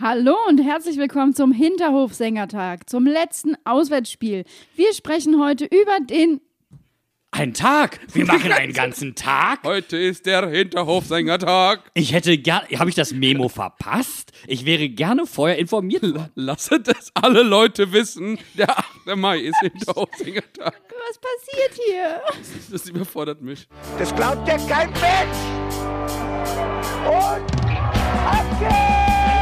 Hallo und herzlich willkommen zum Hinterhofsängertag, zum letzten Auswärtsspiel. Wir sprechen heute über den... Ein Tag? Wir machen einen ganzen Tag? Heute ist der Hinterhofsängertag. Habe ich das Memo verpasst? Ich wäre gerne vorher informiert worden. Lasset es alle Leute wissen, der 8. Mai ist Hinterhofsängertag. Was passiert hier? Das überfordert mich. Das glaubt ja kein Mensch! Und ab geht's!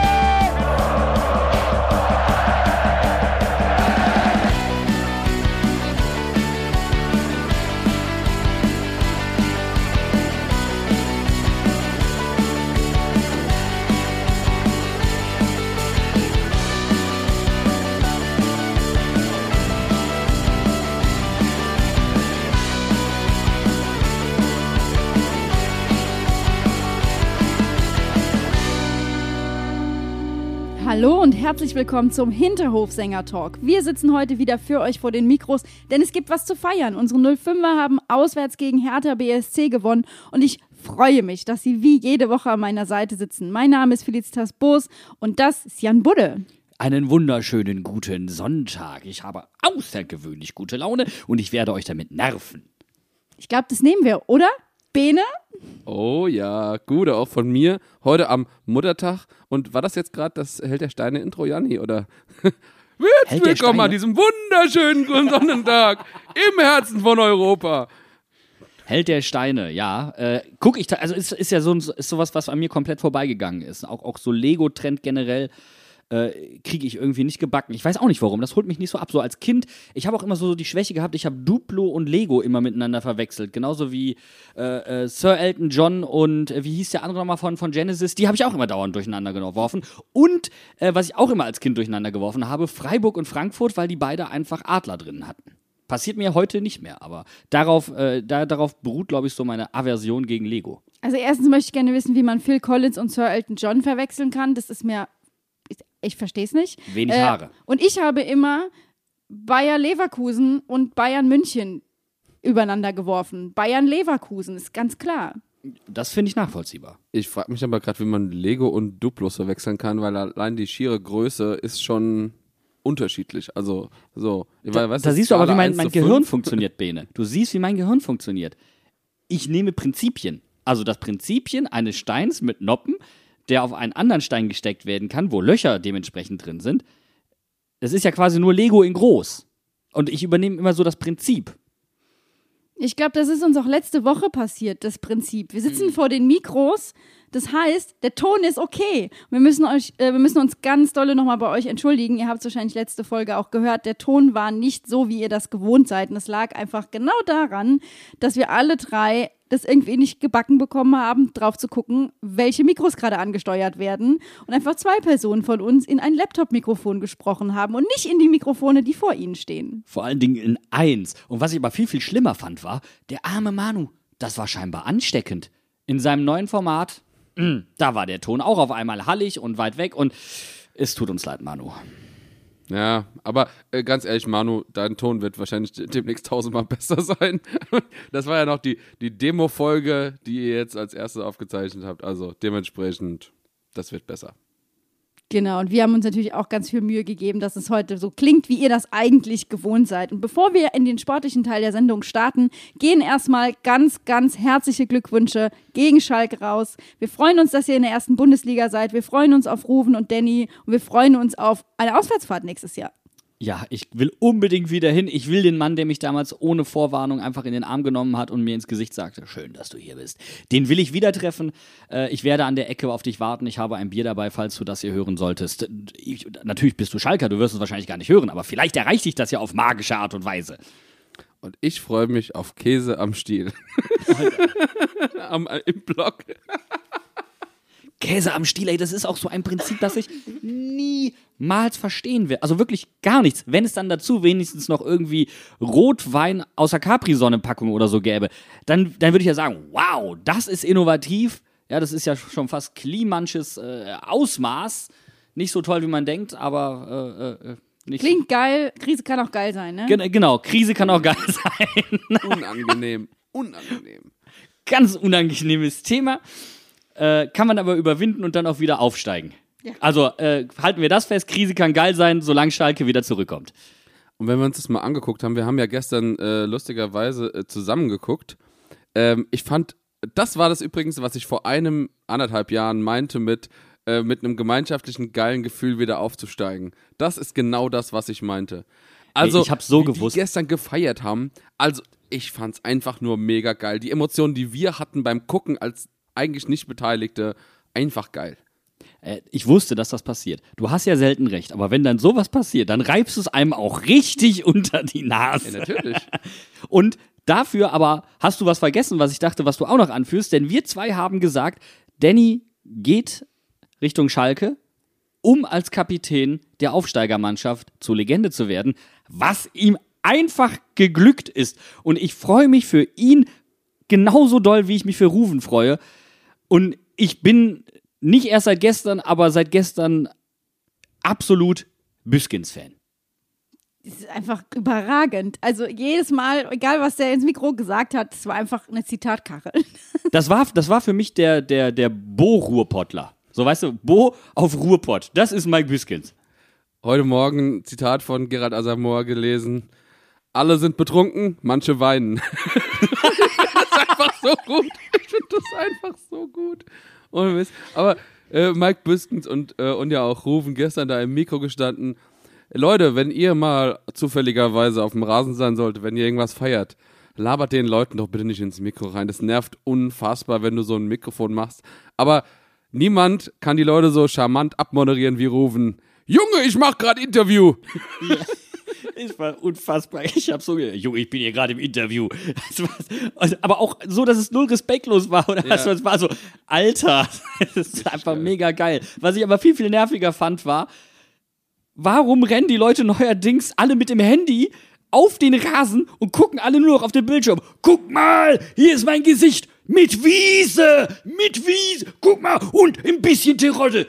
Hallo und herzlich willkommen zum Hinterhofsänger-Talk. Wir sitzen heute wieder für euch vor den Mikros, denn es gibt was zu feiern. Unsere 05er haben auswärts gegen Hertha BSC gewonnen und ich freue mich, dass sie wie jede Woche an meiner Seite sitzen. Mein Name ist Felicitas Boos und das ist Jan Budde. Einen wunderschönen guten Sonntag. Ich habe außergewöhnlich gute Laune und ich werde euch damit nerven. Ich glaube, das nehmen wir, oder? Bene? Oh ja, Gude, auch von mir. Heute am Muttertag. Und war das jetzt gerade das Held der Steine-Intro, Janni, oder? Herzlich willkommen an diesem wunderschönen Sonnentag im Herzen von Europa. Held der Steine, ja. Ist ja sowas, was an mir komplett vorbeigegangen ist. Auch so Lego-Trend generell kriege ich irgendwie nicht gebacken. Ich weiß auch nicht warum, das holt mich nicht so ab. So als Kind, ich habe auch immer so die Schwäche gehabt, ich habe Duplo und Lego immer miteinander verwechselt. Genauso wie Sir Elton John und wie hieß der andere nochmal von Genesis, die habe ich auch immer dauernd durcheinander geworfen. Und was ich auch immer als Kind durcheinander geworfen habe, Freiburg und Frankfurt, weil die beide einfach Adler drin hatten. Passiert mir heute nicht mehr, aber darauf beruht, glaube ich, so meine Aversion gegen Lego. Also erstens möchte ich gerne wissen, wie man Phil Collins und Sir Elton John verwechseln kann. Das ist mir... Ich verstehe es nicht. Wenig Haare. Und ich habe immer Bayer Leverkusen und Bayern München übereinander geworfen. Bayern Leverkusen, ist ganz klar. Das finde ich nachvollziehbar. Ich frage mich aber gerade, wie man Lego und Duplos verwechseln kann, weil allein die schiere Größe ist schon unterschiedlich. Also so. Da siehst du aber, wie mein Gehirn funktioniert, Bene. Du siehst, wie mein Gehirn funktioniert. Ich nehme Prinzipien. Also das Prinzipien eines Steins mit Noppen, der auf einen anderen Stein gesteckt werden kann, wo Löcher dementsprechend drin sind. Das ist ja quasi nur Lego in groß. Und ich übernehme immer so das Prinzip. Ich glaube, das ist uns auch letzte Woche passiert, das Prinzip. Wir sitzen vor den Mikros, das heißt, der Ton ist okay. Wir müssen uns ganz dolle nochmal bei euch entschuldigen. Ihr habt es wahrscheinlich letzte Folge auch gehört. Der Ton war nicht so, wie ihr das gewohnt seid. Und es lag einfach genau daran, dass wir alle drei das irgendwie nicht gebacken bekommen haben, drauf zu gucken, welche Mikros gerade angesteuert werden und einfach zwei Personen von uns in ein Laptop-Mikrofon gesprochen haben und nicht in die Mikrofone, die vor ihnen stehen. Vor allen Dingen in eins. Und was ich aber viel, viel schlimmer fand, war, der arme Manu, das war scheinbar ansteckend. In seinem neuen Format, da war der Ton auch auf einmal hallig und weit weg und es tut uns leid, Manu. Ja, aber ganz ehrlich, Manu, dein Ton wird wahrscheinlich demnächst 1000-mal besser sein. Das war ja noch die Demo-Folge, die ihr jetzt als erstes aufgezeichnet habt. Also dementsprechend, das wird besser. Genau, und wir haben uns natürlich auch ganz viel Mühe gegeben, dass es heute so klingt, wie ihr das eigentlich gewohnt seid. Und bevor wir in den sportlichen Teil der Sendung starten, gehen erstmal ganz, ganz herzliche Glückwünsche gegen Schalke raus. Wir freuen uns, dass ihr in der ersten Bundesliga seid. Wir freuen uns auf Ruven und Danny und wir freuen uns auf eine Auswärtsfahrt nächstes Jahr. Ja, ich will unbedingt wieder hin. Ich will den Mann, der mich damals ohne Vorwarnung einfach in den Arm genommen hat und mir ins Gesicht sagte, schön, dass du hier bist. Den will ich wieder treffen. Ich werde an der Ecke auf dich warten. Ich habe ein Bier dabei, falls du das hier hören solltest. Natürlich bist du Schalker, du wirst es wahrscheinlich gar nicht hören, aber vielleicht erreicht dich das ja auf magische Art und Weise. Und ich freue mich auf Käse am Stiel. Im Block. Käse am Stiel, ey, das ist auch so ein Prinzip, das ich niemals verstehen will. Also wirklich gar nichts. Wenn es dann dazu wenigstens noch irgendwie Rotwein aus der Capri-Sonne-Packung oder so gäbe, dann würde ich ja sagen, wow, das ist innovativ. Ja, das ist ja schon fast Klimansches Ausmaß. Nicht so toll, wie man denkt, aber nicht. Klingt geil, Krise kann auch geil sein, ne? Genau, Krise kann auch geil sein. Unangenehm. Ganz unangenehmes Thema. Kann man aber überwinden und dann auch wieder aufsteigen. Also halten wir das fest, Krise kann geil sein, solange Schalke wieder zurückkommt. Und wenn wir uns das mal angeguckt haben, wir haben ja gestern lustigerweise zusammen geguckt. Ich fand, das war das übrigens, was ich vor 1,5 Jahren meinte mit einem gemeinschaftlichen geilen Gefühl wieder aufzusteigen. Das ist genau das, was ich meinte. Also, ich hab's so wie gewusst. Die gestern gefeiert haben, also ich fand's einfach nur mega geil. Die Emotionen, die wir hatten beim Gucken als eigentlich nicht Beteiligte, einfach geil. Ich wusste, dass das passiert. Du hast ja selten recht, aber wenn dann sowas passiert, dann reibst du es einem auch richtig unter die Nase. Ja, natürlich. Und dafür aber hast du was vergessen, was ich dachte, was du auch noch anführst, denn wir zwei haben gesagt, Danny geht Richtung Schalke, um als Kapitän der Aufsteigermannschaft zur Legende zu werden, was ihm einfach geglückt ist. Und ich freue mich für ihn genauso doll, wie ich mich für Ruven freue. Und ich bin nicht erst seit gestern, aber seit gestern absolut Büskens-Fan. Das ist einfach überragend. Also jedes Mal, egal was der ins Mikro gesagt hat, das war einfach eine Zitatkachel. Das war für mich der Bo-Ruhrpottler. So, weißt du, Bo auf Ruhrpott. Das ist Mike Büskens. Heute Morgen ein Zitat von Gerald Asamoah gelesen. Alle sind betrunken, manche weinen. Das ist einfach so gut. Ich finde das einfach so gut. Ohne Mist. Aber Mike Büskens und ja auch Rufen gestern da im Mikro gestanden. Leute, wenn ihr mal zufälligerweise auf dem Rasen sein solltet, wenn ihr irgendwas feiert, labert den Leuten doch bitte nicht ins Mikro rein. Das nervt unfassbar, wenn du so ein Mikrofon machst. Aber niemand kann die Leute so charmant abmoderieren wie Rufen. Junge, ich mach gerade Interview. Ja. Es war unfassbar. Ich hab so gedacht, Junge, ich bin hier gerade im Interview. Aber auch so, dass es null respektlos war. Oder was, es war so, Alter, das ist einfach mega geil. Was ich aber viel, viel nerviger fand, war, warum rennen die Leute neuerdings alle mit dem Handy auf den Rasen und gucken alle nur noch auf den Bildschirm? Guck mal, hier ist mein Gesicht. Mit Wiese, guck mal, und ein bisschen Terodde.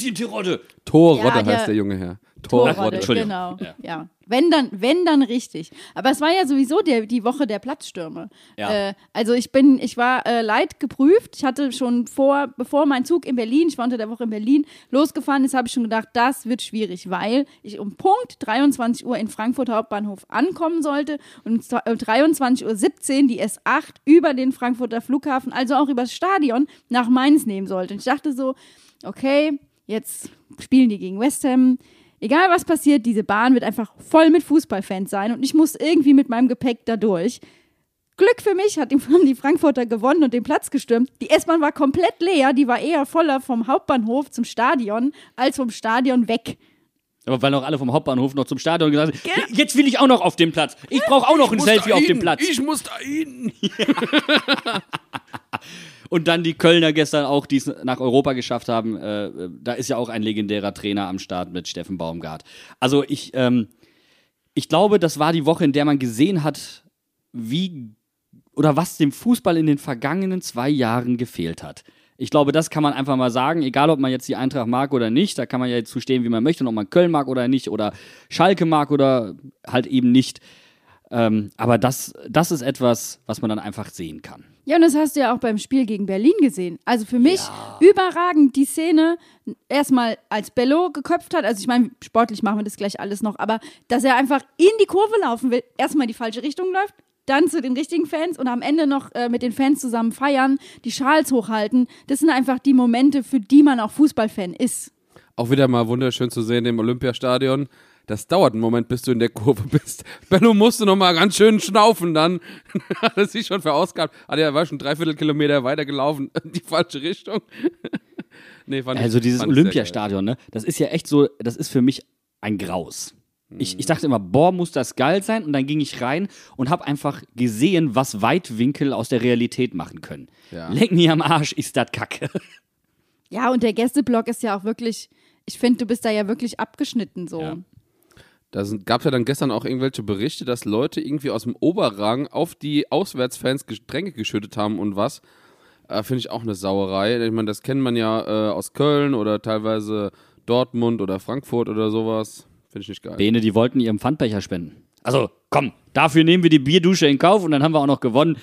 Torrodde Ja, heißt der junge Herr. Torrodde, Entschuldigung. genau. Ja. Wenn dann richtig. Aber es war ja sowieso die Woche der Platzstürme. Ja. Also ich war leidgeprüft. Ich hatte schon bevor mein Zug in Berlin, ich war unter der Woche in Berlin, losgefahren ist, habe ich schon gedacht, das wird schwierig, weil ich um Punkt 23 Uhr in Frankfurt Hauptbahnhof ankommen sollte und um 23:17 Uhr die S8 über den Frankfurter Flughafen, also auch übers Stadion, nach Mainz nehmen sollte. Und ich dachte so, okay, jetzt spielen die gegen West Ham. Egal was passiert, diese Bahn wird einfach voll mit Fußballfans sein und ich muss irgendwie mit meinem Gepäck da durch. Glück für mich haben die Frankfurter gewonnen und den Platz gestürmt. Die S-Bahn war komplett leer, die war eher voller vom Hauptbahnhof zum Stadion als vom Stadion weg. Aber weil auch alle vom Hauptbahnhof noch zum Stadion gesagt haben, jetzt will ich auch noch auf den Platz. Ich brauche auch noch ein Selfie auf dem Platz. Ich muss da hin. Und dann die Kölner gestern auch, die es nach Europa geschafft haben. Da ist ja auch ein legendärer Trainer am Start mit Steffen Baumgart. Also ich glaube, das war die Woche, in der man gesehen hat, was dem Fußball in den vergangenen 2 Jahren gefehlt hat. Ich glaube, das kann man einfach mal sagen, egal ob man jetzt die Eintracht mag oder nicht, da kann man ja jetzt zustehen, wie man möchte, und ob man Köln mag oder nicht oder Schalke mag oder halt eben nicht. Aber das ist etwas, was man dann einfach sehen kann. Ja, und das hast du ja auch beim Spiel gegen Berlin gesehen. Also für mich überragend die Szene, erstmal als Bello geköpft hat, also ich meine, sportlich machen wir das gleich alles noch, aber dass er einfach in die Kurve laufen will, erstmal in die falsche Richtung läuft, dann zu den richtigen Fans und am Ende noch mit den Fans zusammen feiern, die Schals hochhalten, das sind einfach die Momente, für die man auch Fußballfan ist. Auch wieder mal wunderschön zu sehen im Olympiastadion. Das dauert einen Moment, bis du in der Kurve bist. Bello musste noch mal ganz schön schnaufen dann. Hat er sich schon verausgabt. Er war schon 3/4 Kilometer weiter gelaufen in die falsche Richtung. Also dieses Olympiastadion, ne? Das ist ja echt so, das ist für mich ein Graus. Ich dachte immer, muss das geil sein? Und dann ging ich rein und habe einfach gesehen, was Weitwinkel aus der Realität machen können. Ja. Leck mir am Arsch, ist das Kacke. Ja, und der Gästeblock ist ja auch wirklich, ich finde, du bist da ja wirklich abgeschnitten so. Ja. Da gab es ja dann gestern auch irgendwelche Berichte, dass Leute irgendwie aus dem Oberrang auf die Auswärtsfans Getränke geschüttet haben und was. Finde ich auch eine Sauerei. Ich meine, das kennt man ja aus Köln oder teilweise Dortmund oder Frankfurt oder sowas. Finde ich nicht geil. Bene, die wollten ihren Pfandbecher spenden. Also, komm, dafür nehmen wir die Bierdusche in Kauf und dann haben wir auch noch gewonnen.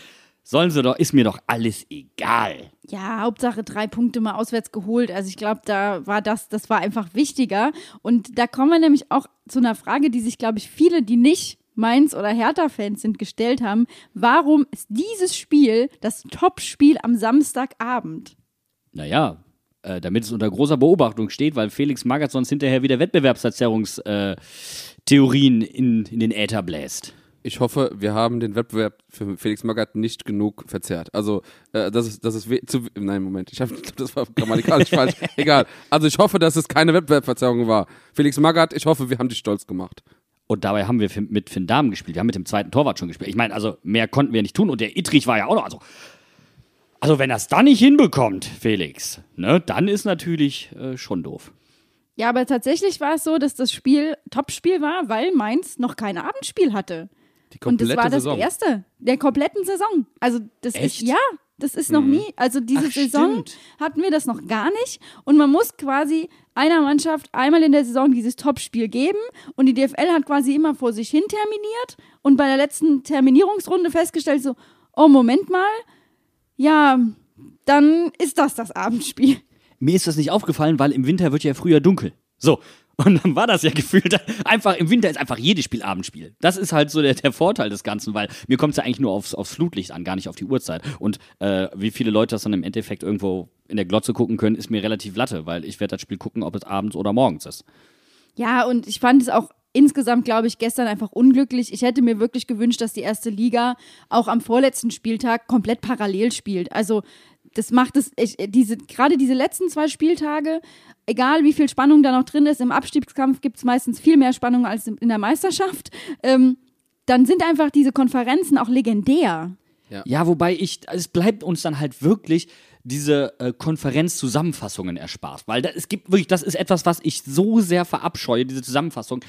Sollen sie doch, ist mir doch alles egal. Ja, Hauptsache 3 Punkte mal auswärts geholt. Also ich glaube, das war einfach wichtiger. Und da kommen wir nämlich auch zu einer Frage, die sich, glaube ich, viele, die nicht Mainz- oder Hertha-Fans sind, gestellt haben. Warum ist dieses Spiel das Top-Spiel am Samstagabend? Naja, damit es unter großer Beobachtung steht, weil Felix Magath sonst hinterher wieder Wettbewerbsverzerrungstheorien in den Äther bläst. Ich hoffe, wir haben den Wettbewerb für Felix Magath nicht genug verzerrt. Also, das ist nein, Moment, das war grammatikalisch falsch. Egal. Also, ich hoffe, dass es keine Wettbewerbsverzerrung war. Felix Magath, ich hoffe, wir haben dich stolz gemacht. Und dabei haben wir mit Finn Dahmen gespielt. Wir haben mit dem zweiten Torwart schon gespielt. Ich meine, also, mehr konnten wir nicht tun. Und der Ittrich war ja auch noch, also wenn er es dann nicht hinbekommt, Felix, ne, dann ist natürlich schon doof. Ja, aber tatsächlich war es so, dass das Spiel Topspiel war, weil Mainz noch kein Abendspiel hatte. Und das war das erste der kompletten Saison. Also das Echt? das ist noch nie, also diese Saison hatten wir das noch gar nicht. Und man muss quasi einer Mannschaft einmal in der Saison dieses Topspiel geben. Und die DFL hat quasi immer vor sich hin terminiert und bei der letzten Terminierungsrunde festgestellt so, oh, Moment mal, ja, dann ist das Abendspiel. Mir ist das nicht aufgefallen, weil im Winter wird ja früher dunkel. So. Und dann war das ja gefühlt einfach, im Winter ist einfach jedes Spiel Abendspiel. Das ist halt so der Vorteil des Ganzen, weil mir kommt es ja eigentlich nur aufs Flutlicht an, gar nicht auf die Uhrzeit. Und wie viele Leute das dann im Endeffekt irgendwo in der Glotze gucken können, ist mir relativ latte, weil ich werde das Spiel gucken, ob es abends oder morgens ist. Ja, und ich fand es auch insgesamt, glaube ich, gestern einfach unglücklich. Ich hätte mir wirklich gewünscht, dass die erste Liga auch am vorletzten Spieltag komplett parallel spielt. Also das macht es, gerade diese letzten 2 Spieltage, egal wie viel Spannung da noch drin ist, im Abstiegskampf gibt es meistens viel mehr Spannung als in der Meisterschaft, dann sind einfach diese Konferenzen auch legendär. Ja, wobei es bleibt uns dann halt wirklich diese Konferenzzusammenfassungen erspart. Weil das ist etwas, was ich so sehr verabscheue, diese Zusammenfassung.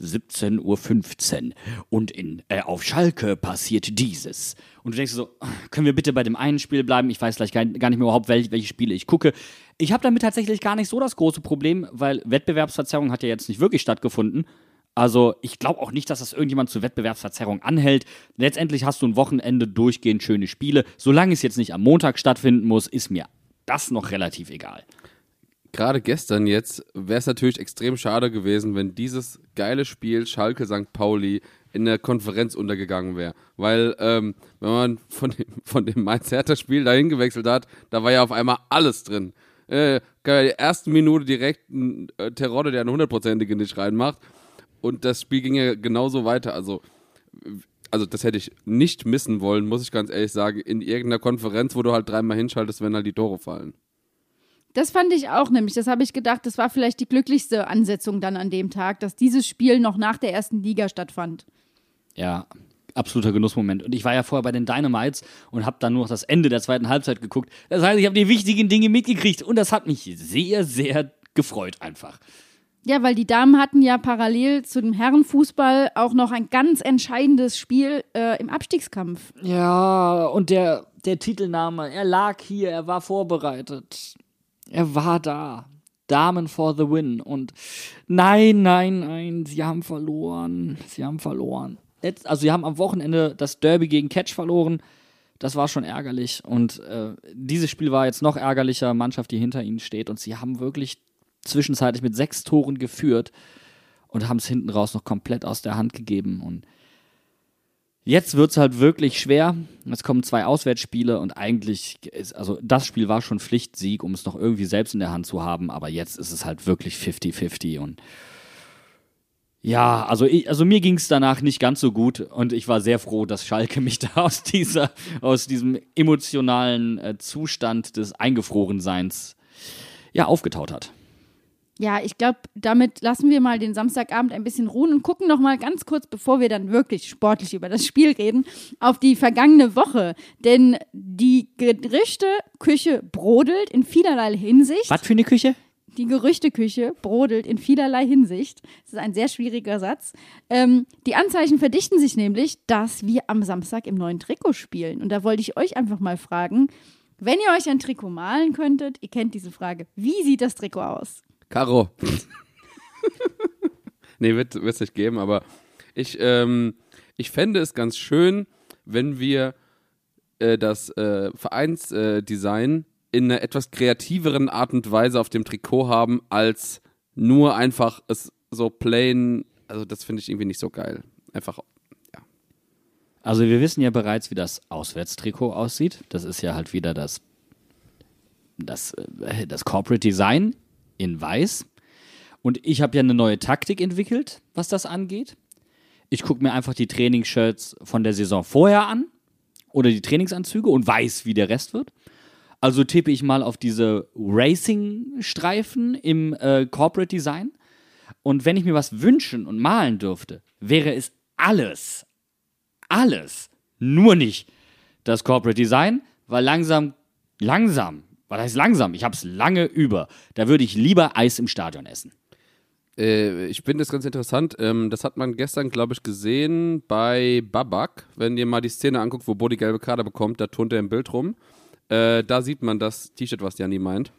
17:15 Uhr und auf Schalke passiert dieses. Und du denkst so, können wir bitte bei dem einen Spiel bleiben? Ich weiß gleich gar nicht mehr überhaupt, welche Spiele ich gucke. Ich habe damit tatsächlich gar nicht so das große Problem, weil Wettbewerbsverzerrung hat ja jetzt nicht wirklich stattgefunden. Also ich glaube auch nicht, dass das irgendjemand zur Wettbewerbsverzerrung anhält. Letztendlich hast du ein Wochenende durchgehend schöne Spiele. Solange es jetzt nicht am Montag stattfinden muss, ist mir das noch relativ egal. Gerade gestern jetzt wäre es natürlich extrem schade gewesen, wenn dieses geile Spiel Schalke St. Pauli in der Konferenz untergegangen wäre. Weil wenn man von dem Mainz-Hertha-Spiel dahin gewechselt hat, da war ja auf einmal alles drin. Die erste Minute direkt ein Terodde, der eine 100%ige nicht reinmacht. Und das Spiel ging ja genauso weiter. Also das hätte ich nicht missen wollen, muss ich ganz ehrlich sagen, in irgendeiner Konferenz, wo du halt 3-mal hinschaltest, wenn halt die Tore fallen. Das fand ich auch nämlich. Das habe ich gedacht, das war vielleicht die glücklichste Ansetzung dann an dem Tag, dass dieses Spiel noch nach der ersten Liga stattfand. Ja, absoluter Genussmoment. Und ich war ja vorher bei den Dynamites und habe dann nur noch das Ende der zweiten Halbzeit geguckt. Das heißt, ich habe die wichtigen Dinge mitgekriegt und das hat mich sehr, sehr gefreut einfach. Ja, weil die Damen hatten ja parallel zu dem Herrenfußball auch noch ein ganz entscheidendes Spiel im Abstiegskampf. Ja, und der Titelname, er lag hier, er war vorbereitet. Er war da. Damen for the win. Und nein, sie haben verloren. Sie haben am Wochenende das Derby gegen Catch verloren. Das war schon ärgerlich. Und dieses Spiel war jetzt noch ärgerlicher. Mannschaft, die hinter ihnen steht. Und sie haben wirklich zwischenzeitlich mit 6 Toren geführt und haben es hinten raus noch komplett aus der Hand gegeben. Und jetzt wird es halt wirklich schwer. Es kommen 2 Auswärtsspiele und eigentlich das Spiel war schon Pflichtsieg, um es noch irgendwie selbst in der Hand zu haben, aber jetzt ist es halt wirklich 50-50 und ja, also mir ging es danach nicht ganz so gut und ich war sehr froh, dass Schalke mich da aus diesem emotionalen Zustand des Eingefrorenseins aufgetaut hat. Ja, ich glaube, damit lassen wir mal den Samstagabend ein bisschen ruhen und gucken noch mal ganz kurz, bevor wir dann wirklich sportlich über das Spiel reden, auf die vergangene Woche. Denn die Gerüchteküche brodelt in vielerlei Hinsicht. Was für eine Küche? Die Gerüchteküche brodelt in vielerlei Hinsicht. Das ist ein sehr schwieriger Satz. Die Anzeichen verdichten sich nämlich, dass wir am Samstag im neuen Trikot spielen. Und da wollte ich euch einfach mal fragen, wenn ihr euch ein Trikot malen könntet, ihr kennt diese Frage, wie sieht das Trikot aus? Karo. Nee, wird es nicht geben, aber ich fände es ganz schön, wenn wir das Vereinsdesign in einer etwas kreativeren Art und Weise auf dem Trikot haben, als nur einfach es so plain, also das finde ich irgendwie nicht so geil. Einfach, ja. Also wir wissen ja bereits, wie das Auswärtstrikot aussieht. Das ist ja halt wieder das Corporate Design in weiß. Und ich habe ja eine neue Taktik entwickelt, was das angeht. Ich gucke mir einfach die Trainingsshirts von der Saison vorher an oder die Trainingsanzüge und weiß, wie der Rest wird. Also tippe ich mal auf diese Racing-Streifen im Corporate Design. Und wenn ich mir was wünschen und malen dürfte, wäre es alles, nur nicht das Corporate Design, weil langsam, was heißt langsam? Ich habe es lange über. Da würde ich lieber Eis im Stadion essen. Ich finde das ganz interessant. Das hat man gestern, glaube ich, gesehen bei Babak. Wenn ihr mal die Szene anguckt, wo Bo die gelbe Karte bekommt, da turnt er im Bild rum. Da sieht man das T-Shirt, was Janni meint.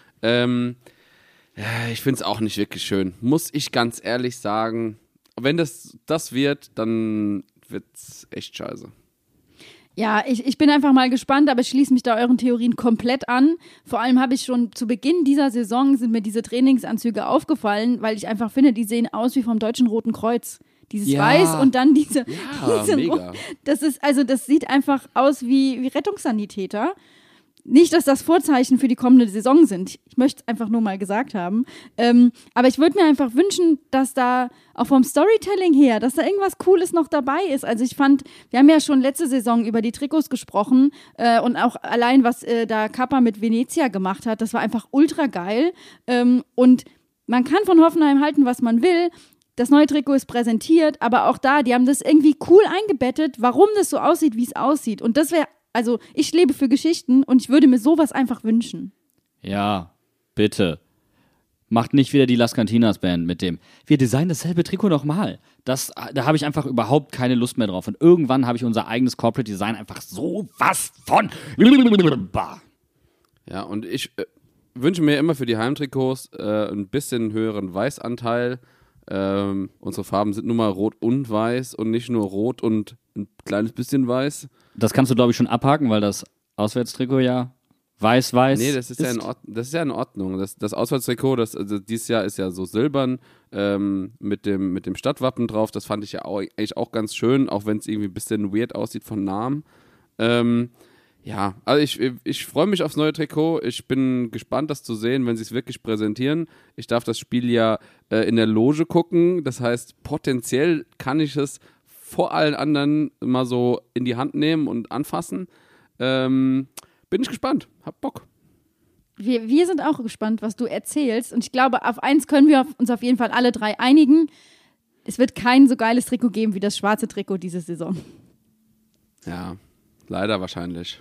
Ich finde es auch nicht wirklich schön. Muss ich ganz ehrlich sagen. Wenn das wird, dann wird's echt scheiße. Ja, ich bin einfach mal gespannt, aber ich schließe mich da euren Theorien komplett an. Vor allem habe ich schon zu Beginn dieser Saison sind mir diese Trainingsanzüge aufgefallen, weil ich einfach finde, die sehen aus wie vom Deutschen Roten Kreuz. Dieses Weiß und dann diese mega. Das sieht einfach aus wie Rettungssanitäter. Nicht, dass das Vorzeichen für die kommende Saison sind. Ich möchte es einfach nur mal gesagt haben. Aber ich würde mir einfach wünschen, dass da auch vom Storytelling her, dass da irgendwas Cooles noch dabei ist. Also ich fand, wir haben ja schon letzte Saison über die Trikots gesprochen und auch allein, was da Kappa mit Venezia gemacht hat, das war einfach ultra geil. Und man kann von Hoffenheim halten, was man will. Das neue Trikot ist präsentiert, aber auch da, die haben das irgendwie cool eingebettet, warum das so aussieht, wie es aussieht. Und das wäre Also ich lebe für Geschichten und ich würde mir sowas einfach wünschen. Ja, bitte. Macht nicht wieder die Las Cantinas Band mit dem, wir designen dasselbe Trikot nochmal. Da habe ich einfach überhaupt keine Lust mehr drauf. Und irgendwann habe ich unser eigenes Corporate Design einfach so was von. Ja, und ich wünsche mir immer für die Heimtrikots ein bisschen höheren Weißanteil. Unsere Farben sind nun mal rot und weiß und nicht nur rot und ein kleines bisschen weiß. Das kannst du, glaube ich, schon abhaken, weil das Auswärtstrikot ja weiß-weiß Nee, das ist ja in Ordnung. Das Auswärtstrikot, also dieses Jahr ist ja so silbern mit dem Stadtwappen drauf. Das fand ich ja eigentlich auch ganz schön, auch wenn es irgendwie ein bisschen weird aussieht von Namen. Ja, also ich freue mich aufs neue Trikot. Ich bin gespannt, das zu sehen, wenn sie es wirklich präsentieren. Ich darf das Spiel ja in der Loge gucken. Das heißt, potenziell kann ich es vor allen anderen mal so in die Hand nehmen und anfassen. Bin ich gespannt. Hab Bock. Wir sind auch gespannt, was du erzählst. Und ich glaube, auf eins können wir uns auf jeden Fall alle drei einigen. Es wird kein so geiles Trikot geben wie das schwarze Trikot diese Saison. Ja, leider wahrscheinlich.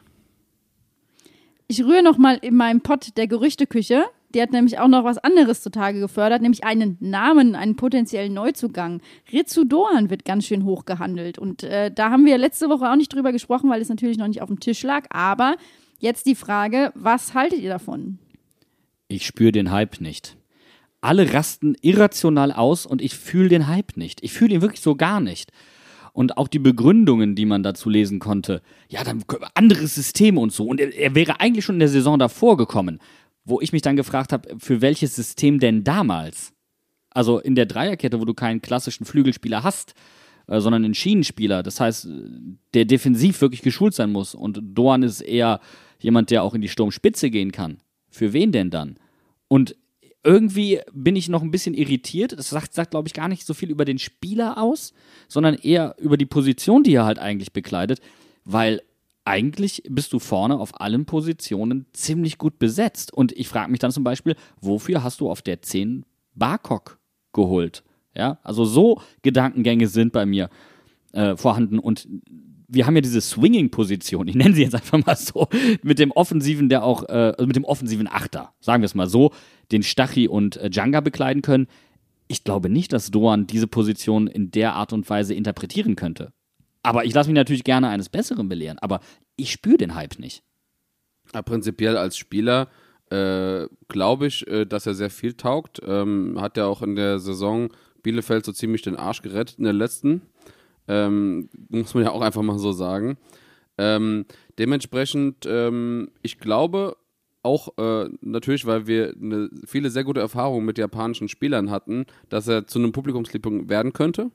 Ich rühre noch mal in meinem Pott der Gerüchteküche. Die hat nämlich auch noch was anderes zutage gefördert, nämlich einen Namen, einen potenziellen Neuzugang. Ritsu Doan wird ganz schön hoch gehandelt. Und da haben wir letzte Woche auch nicht drüber gesprochen, weil es natürlich noch nicht auf dem Tisch lag. Aber jetzt die Frage, was haltet ihr davon? Ich spüre den Hype nicht. Alle rasten irrational aus und ich fühle den Hype nicht. Ich fühle ihn wirklich so gar nicht. Und auch die Begründungen, die man dazu lesen konnte, ja, dann anderes System und so. Und er wäre eigentlich schon in der Saison davor gekommen, wo ich mich dann gefragt habe, für welches System denn damals? Also in der Dreierkette, wo du keinen klassischen Flügelspieler hast, sondern einen Schienenspieler. Das heißt, der defensiv wirklich geschult sein muss. Und Doan ist eher jemand, der auch in die Sturmspitze gehen kann. Für wen denn dann? Und irgendwie bin ich noch ein bisschen irritiert. Das sagt glaube ich, gar nicht so viel über den Spieler aus, sondern eher über die Position, die er halt eigentlich bekleidet. Weil eigentlich bist du vorne auf allen Positionen ziemlich gut besetzt. Und ich frage mich dann zum Beispiel, wofür hast du auf der 10 Barkok geholt? Ja, also so Gedankengänge sind bei mir vorhanden. Und wir haben ja diese Swinging-Position, ich nenne sie jetzt einfach mal so, mit dem Offensiven, der auch, mit dem offensiven Achter, sagen wir es mal so, den Stachy und Djanga bekleiden können. Ich glaube nicht, dass Doan diese Position in der Art und Weise interpretieren könnte. Aber ich lasse mich natürlich gerne eines Besseren belehren, aber ich spüre den Hype nicht. Ja, prinzipiell als Spieler glaube ich, dass er sehr viel taugt. Hat ja auch in der Saison Bielefeld so ziemlich den Arsch gerettet in der letzten. Muss man ja auch einfach mal so sagen. Dementsprechend, ich glaube auch natürlich, weil wir viele sehr gute Erfahrungen mit japanischen Spielern hatten, dass er zu einem Publikumsliebling werden könnte.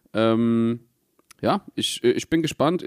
Ja, ich bin gespannt.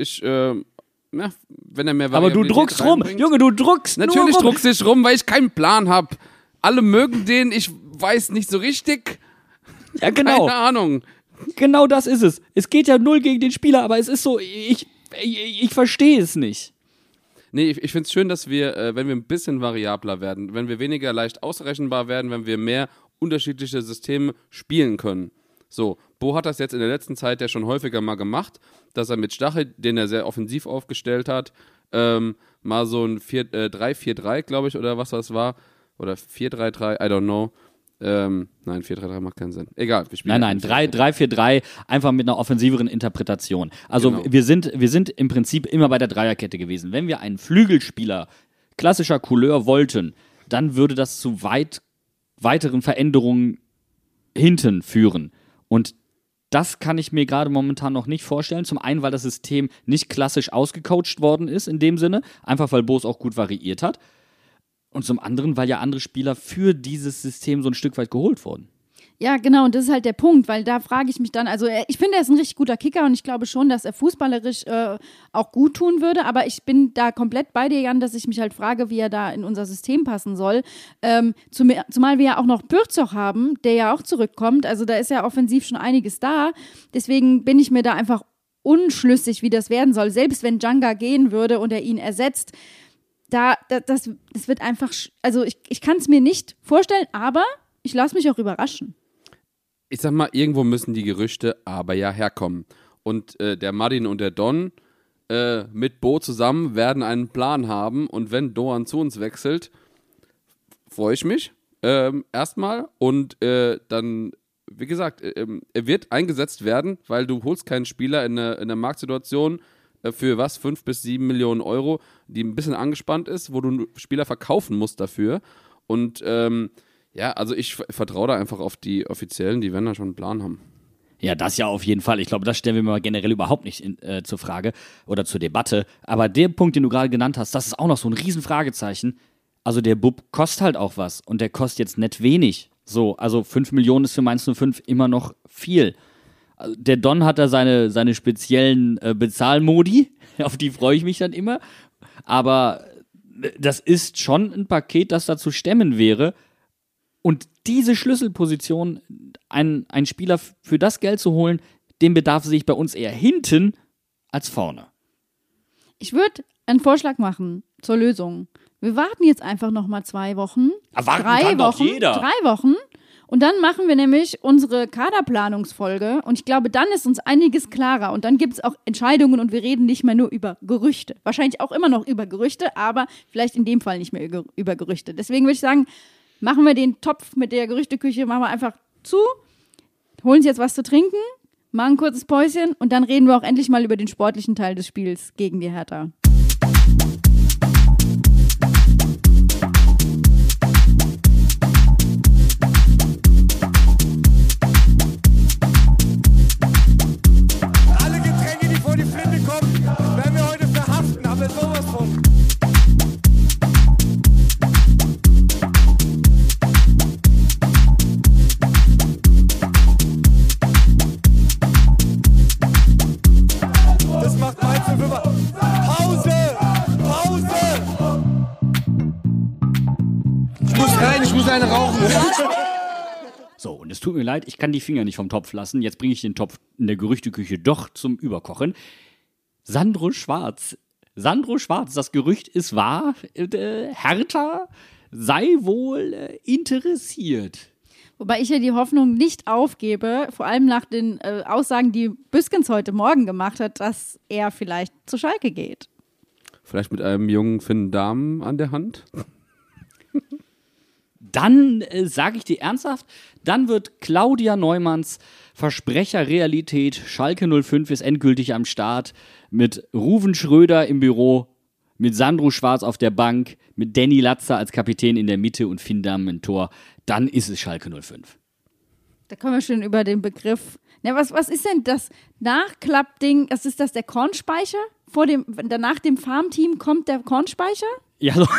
Wenn er mehr Aber du druckst rum, Junge, du druckst Natürlich nur rum. druckst ich rum, weil ich keinen Plan habe. Alle mögen den, ich weiß nicht so richtig. Ja, genau. Keine Ahnung. Genau das ist es. Es geht ja null gegen den Spieler, aber es ist so, ich verstehe es nicht. Nee, ich finde es schön, dass wir, wenn wir ein bisschen variabler werden, wenn wir weniger leicht ausrechenbar werden, wenn wir mehr unterschiedliche Systeme spielen können. So, Bo hat das jetzt in der letzten Zeit ja schon häufiger mal gemacht, dass er mit Stachel, den er sehr offensiv aufgestellt hat, mal so ein 3-4-3, glaube ich, oder was das war, oder 4-3-3, I don't know. Nein, 4-3-3 macht keinen Sinn. Egal, wir spielen. Nein, 3-4-3, einfach mit einer offensiveren Interpretation. Also Genau. wir sind im Prinzip immer bei der Dreierkette gewesen. Wenn wir einen Flügelspieler klassischer Couleur wollten, dann würde das zu weiteren Veränderungen hinten führen. Und das kann ich mir gerade momentan noch nicht vorstellen. Zum einen, weil das System nicht klassisch ausgecoacht worden ist in dem Sinne, einfach weil Bo es auch gut variiert hat. Und zum anderen, weil ja andere Spieler für dieses System so ein Stück weit geholt wurden. Ja, genau, und das ist halt der Punkt, weil da frage ich mich dann, also ich finde, er ist ein richtig guter Kicker und ich glaube schon, dass er fußballerisch auch gut tun würde, aber ich bin da komplett bei dir, Jan, dass ich mich halt frage, wie er da in unser System passen soll. Zumal wir ja auch noch Bürzoch haben, der ja auch zurückkommt, also da ist ja offensiv schon einiges da, deswegen bin ich mir da einfach unschlüssig, wie das werden soll, selbst wenn Djanga gehen würde und er ihn ersetzt. Das wird einfach, also ich kann es mir nicht vorstellen, aber ich lasse mich auch überraschen. Ich sag mal, irgendwo müssen die Gerüchte aber ja herkommen. Und der Martin und der Don mit Bo zusammen werden einen Plan haben. Und wenn Doan zu uns wechselt, freue ich mich erstmal. Und dann, wie gesagt, er wird eingesetzt werden, weil du holst keinen Spieler in einer Marktsituation für 5 bis 7 Millionen Euro, die ein bisschen angespannt ist, wo du einen Spieler verkaufen musst dafür. Und ja, also ich vertraue da einfach auf die Offiziellen, die werden da schon einen Plan haben. Ja, das ja auf jeden Fall. Ich glaube, das stellen wir mal generell überhaupt nicht zur Frage oder zur Debatte. Aber der Punkt, den du gerade genannt hast, das ist auch noch so ein Riesenfragezeichen. Also der Bub kostet halt auch was und der kostet jetzt nicht wenig. So, also 5 Millionen ist für Mainz 05 immer noch viel. Der Don hat da seine speziellen Bezahlmodi, auf die freue ich mich dann immer. Aber das ist schon ein Paket, das da zu stemmen wäre. Und diese Schlüsselposition, einen Spieler für das Geld zu holen, den Bedarf sehe ich bei uns eher hinten als vorne. Ich würde einen Vorschlag machen zur Lösung. Wir warten jetzt einfach noch mal 2 Wochen. Aber warten kann doch jeder. 3 Wochen. Und dann machen wir nämlich unsere Kaderplanungsfolge und ich glaube, dann ist uns einiges klarer und dann gibt es auch Entscheidungen und wir reden nicht mehr nur über Gerüchte. Wahrscheinlich auch immer noch über Gerüchte, aber vielleicht in dem Fall nicht mehr über Gerüchte. Deswegen würde ich sagen, machen wir den Topf mit der Gerüchteküche, machen wir einfach zu, holen uns jetzt was zu trinken, machen ein kurzes Päuschen und dann reden wir auch endlich mal über den sportlichen Teil des Spiels gegen die Hertha. So, und es tut mir leid, ich kann die Finger nicht vom Topf lassen. Jetzt bringe ich den Topf in der Gerüchteküche doch zum Überkochen. Sandro Schwarz, das Gerücht ist wahr. Hertha sei wohl interessiert. Wobei ich ja die Hoffnung nicht aufgebe, vor allem nach den Aussagen, die Büskens heute Morgen gemacht hat, dass er vielleicht zu Schalke geht. Vielleicht mit einem jungen Finn Dahmen an der Hand? Dann sage ich dir ernsthaft, dann wird Claudia Neumanns Versprecher Realität. Schalke 05 ist endgültig am Start mit Ruven Schröder im Büro, mit Sandro Schwarz auf der Bank, mit Danny Latzer als Kapitän in der Mitte und Finn Dahmen im Tor. Dann ist es Schalke 05. Da kommen wir schon über den Begriff. Na, was ist denn das Nachklappding? Ist das der Kornspeicher nach dem Farmteam kommt der Kornspeicher? Ja, so.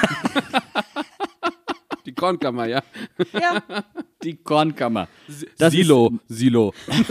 Die Kornkammer, ja. Ja. Die Kornkammer. Silo.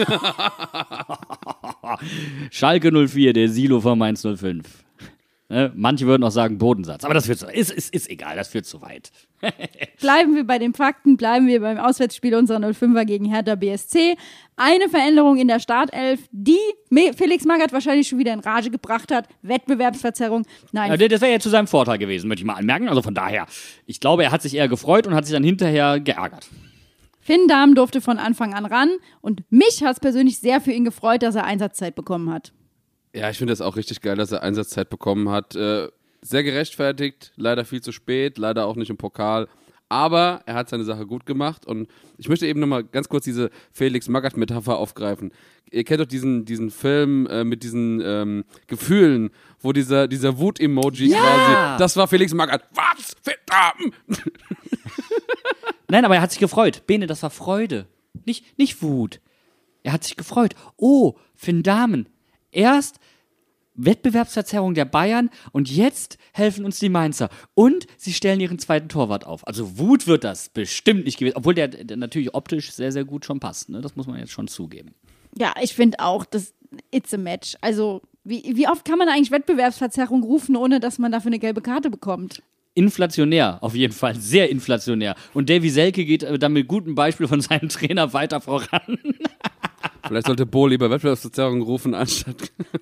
Schalke 04, der Silo von Mainz 05. Ne? Manche würden auch sagen Bodensatz, aber das führt ist egal, das führt zu weit. Bleiben wir bei den Fakten, bleiben wir beim Auswärtsspiel unserer 05er gegen Hertha BSC. Eine Veränderung in der Startelf, die Felix Magath wahrscheinlich schon wieder in Rage gebracht hat. Wettbewerbsverzerrung. Nein. Ja, das wäre ja zu seinem Vorteil gewesen, möchte ich mal anmerken. Also von daher, ich glaube, er hat sich eher gefreut und hat sich dann hinterher geärgert. Finn Dahm durfte von Anfang an ran und mich hat es persönlich sehr für ihn gefreut, dass er Einsatzzeit bekommen hat. Ja, ich finde das auch richtig geil, dass er Einsatzzeit bekommen hat. Sehr gerechtfertigt, leider viel zu spät, leider auch nicht im Pokal. Aber er hat seine Sache gut gemacht und ich möchte eben nochmal ganz kurz diese Felix-Magath-Metapher aufgreifen. Ihr kennt doch diesen Film mit diesen Gefühlen, wo dieser Wut-Emoji quasi, das war Felix Magath. Was? Verdammt! Nein, aber er hat sich gefreut. Bene, das war Freude. Nicht Wut. Er hat sich gefreut. Oh, Finn Dahmen. Erst Wettbewerbsverzerrung der Bayern und jetzt helfen uns die Mainzer. Und sie stellen ihren zweiten Torwart auf. Also Wut wird das bestimmt nicht gewesen. Obwohl der natürlich optisch sehr, sehr gut schon passt. Ne? Das muss man jetzt schon zugeben. Ja, ich finde auch, it's a match. Also wie oft kann man eigentlich Wettbewerbsverzerrung rufen, ohne dass man dafür eine gelbe Karte bekommt? Inflationär, auf jeden Fall. Sehr inflationär. Und Davy Selke geht dann mit gutem Beispiel von seinem Trainer weiter voran. Vielleicht sollte Bo lieber Wettbewerbsverzerrung rufen, anstatt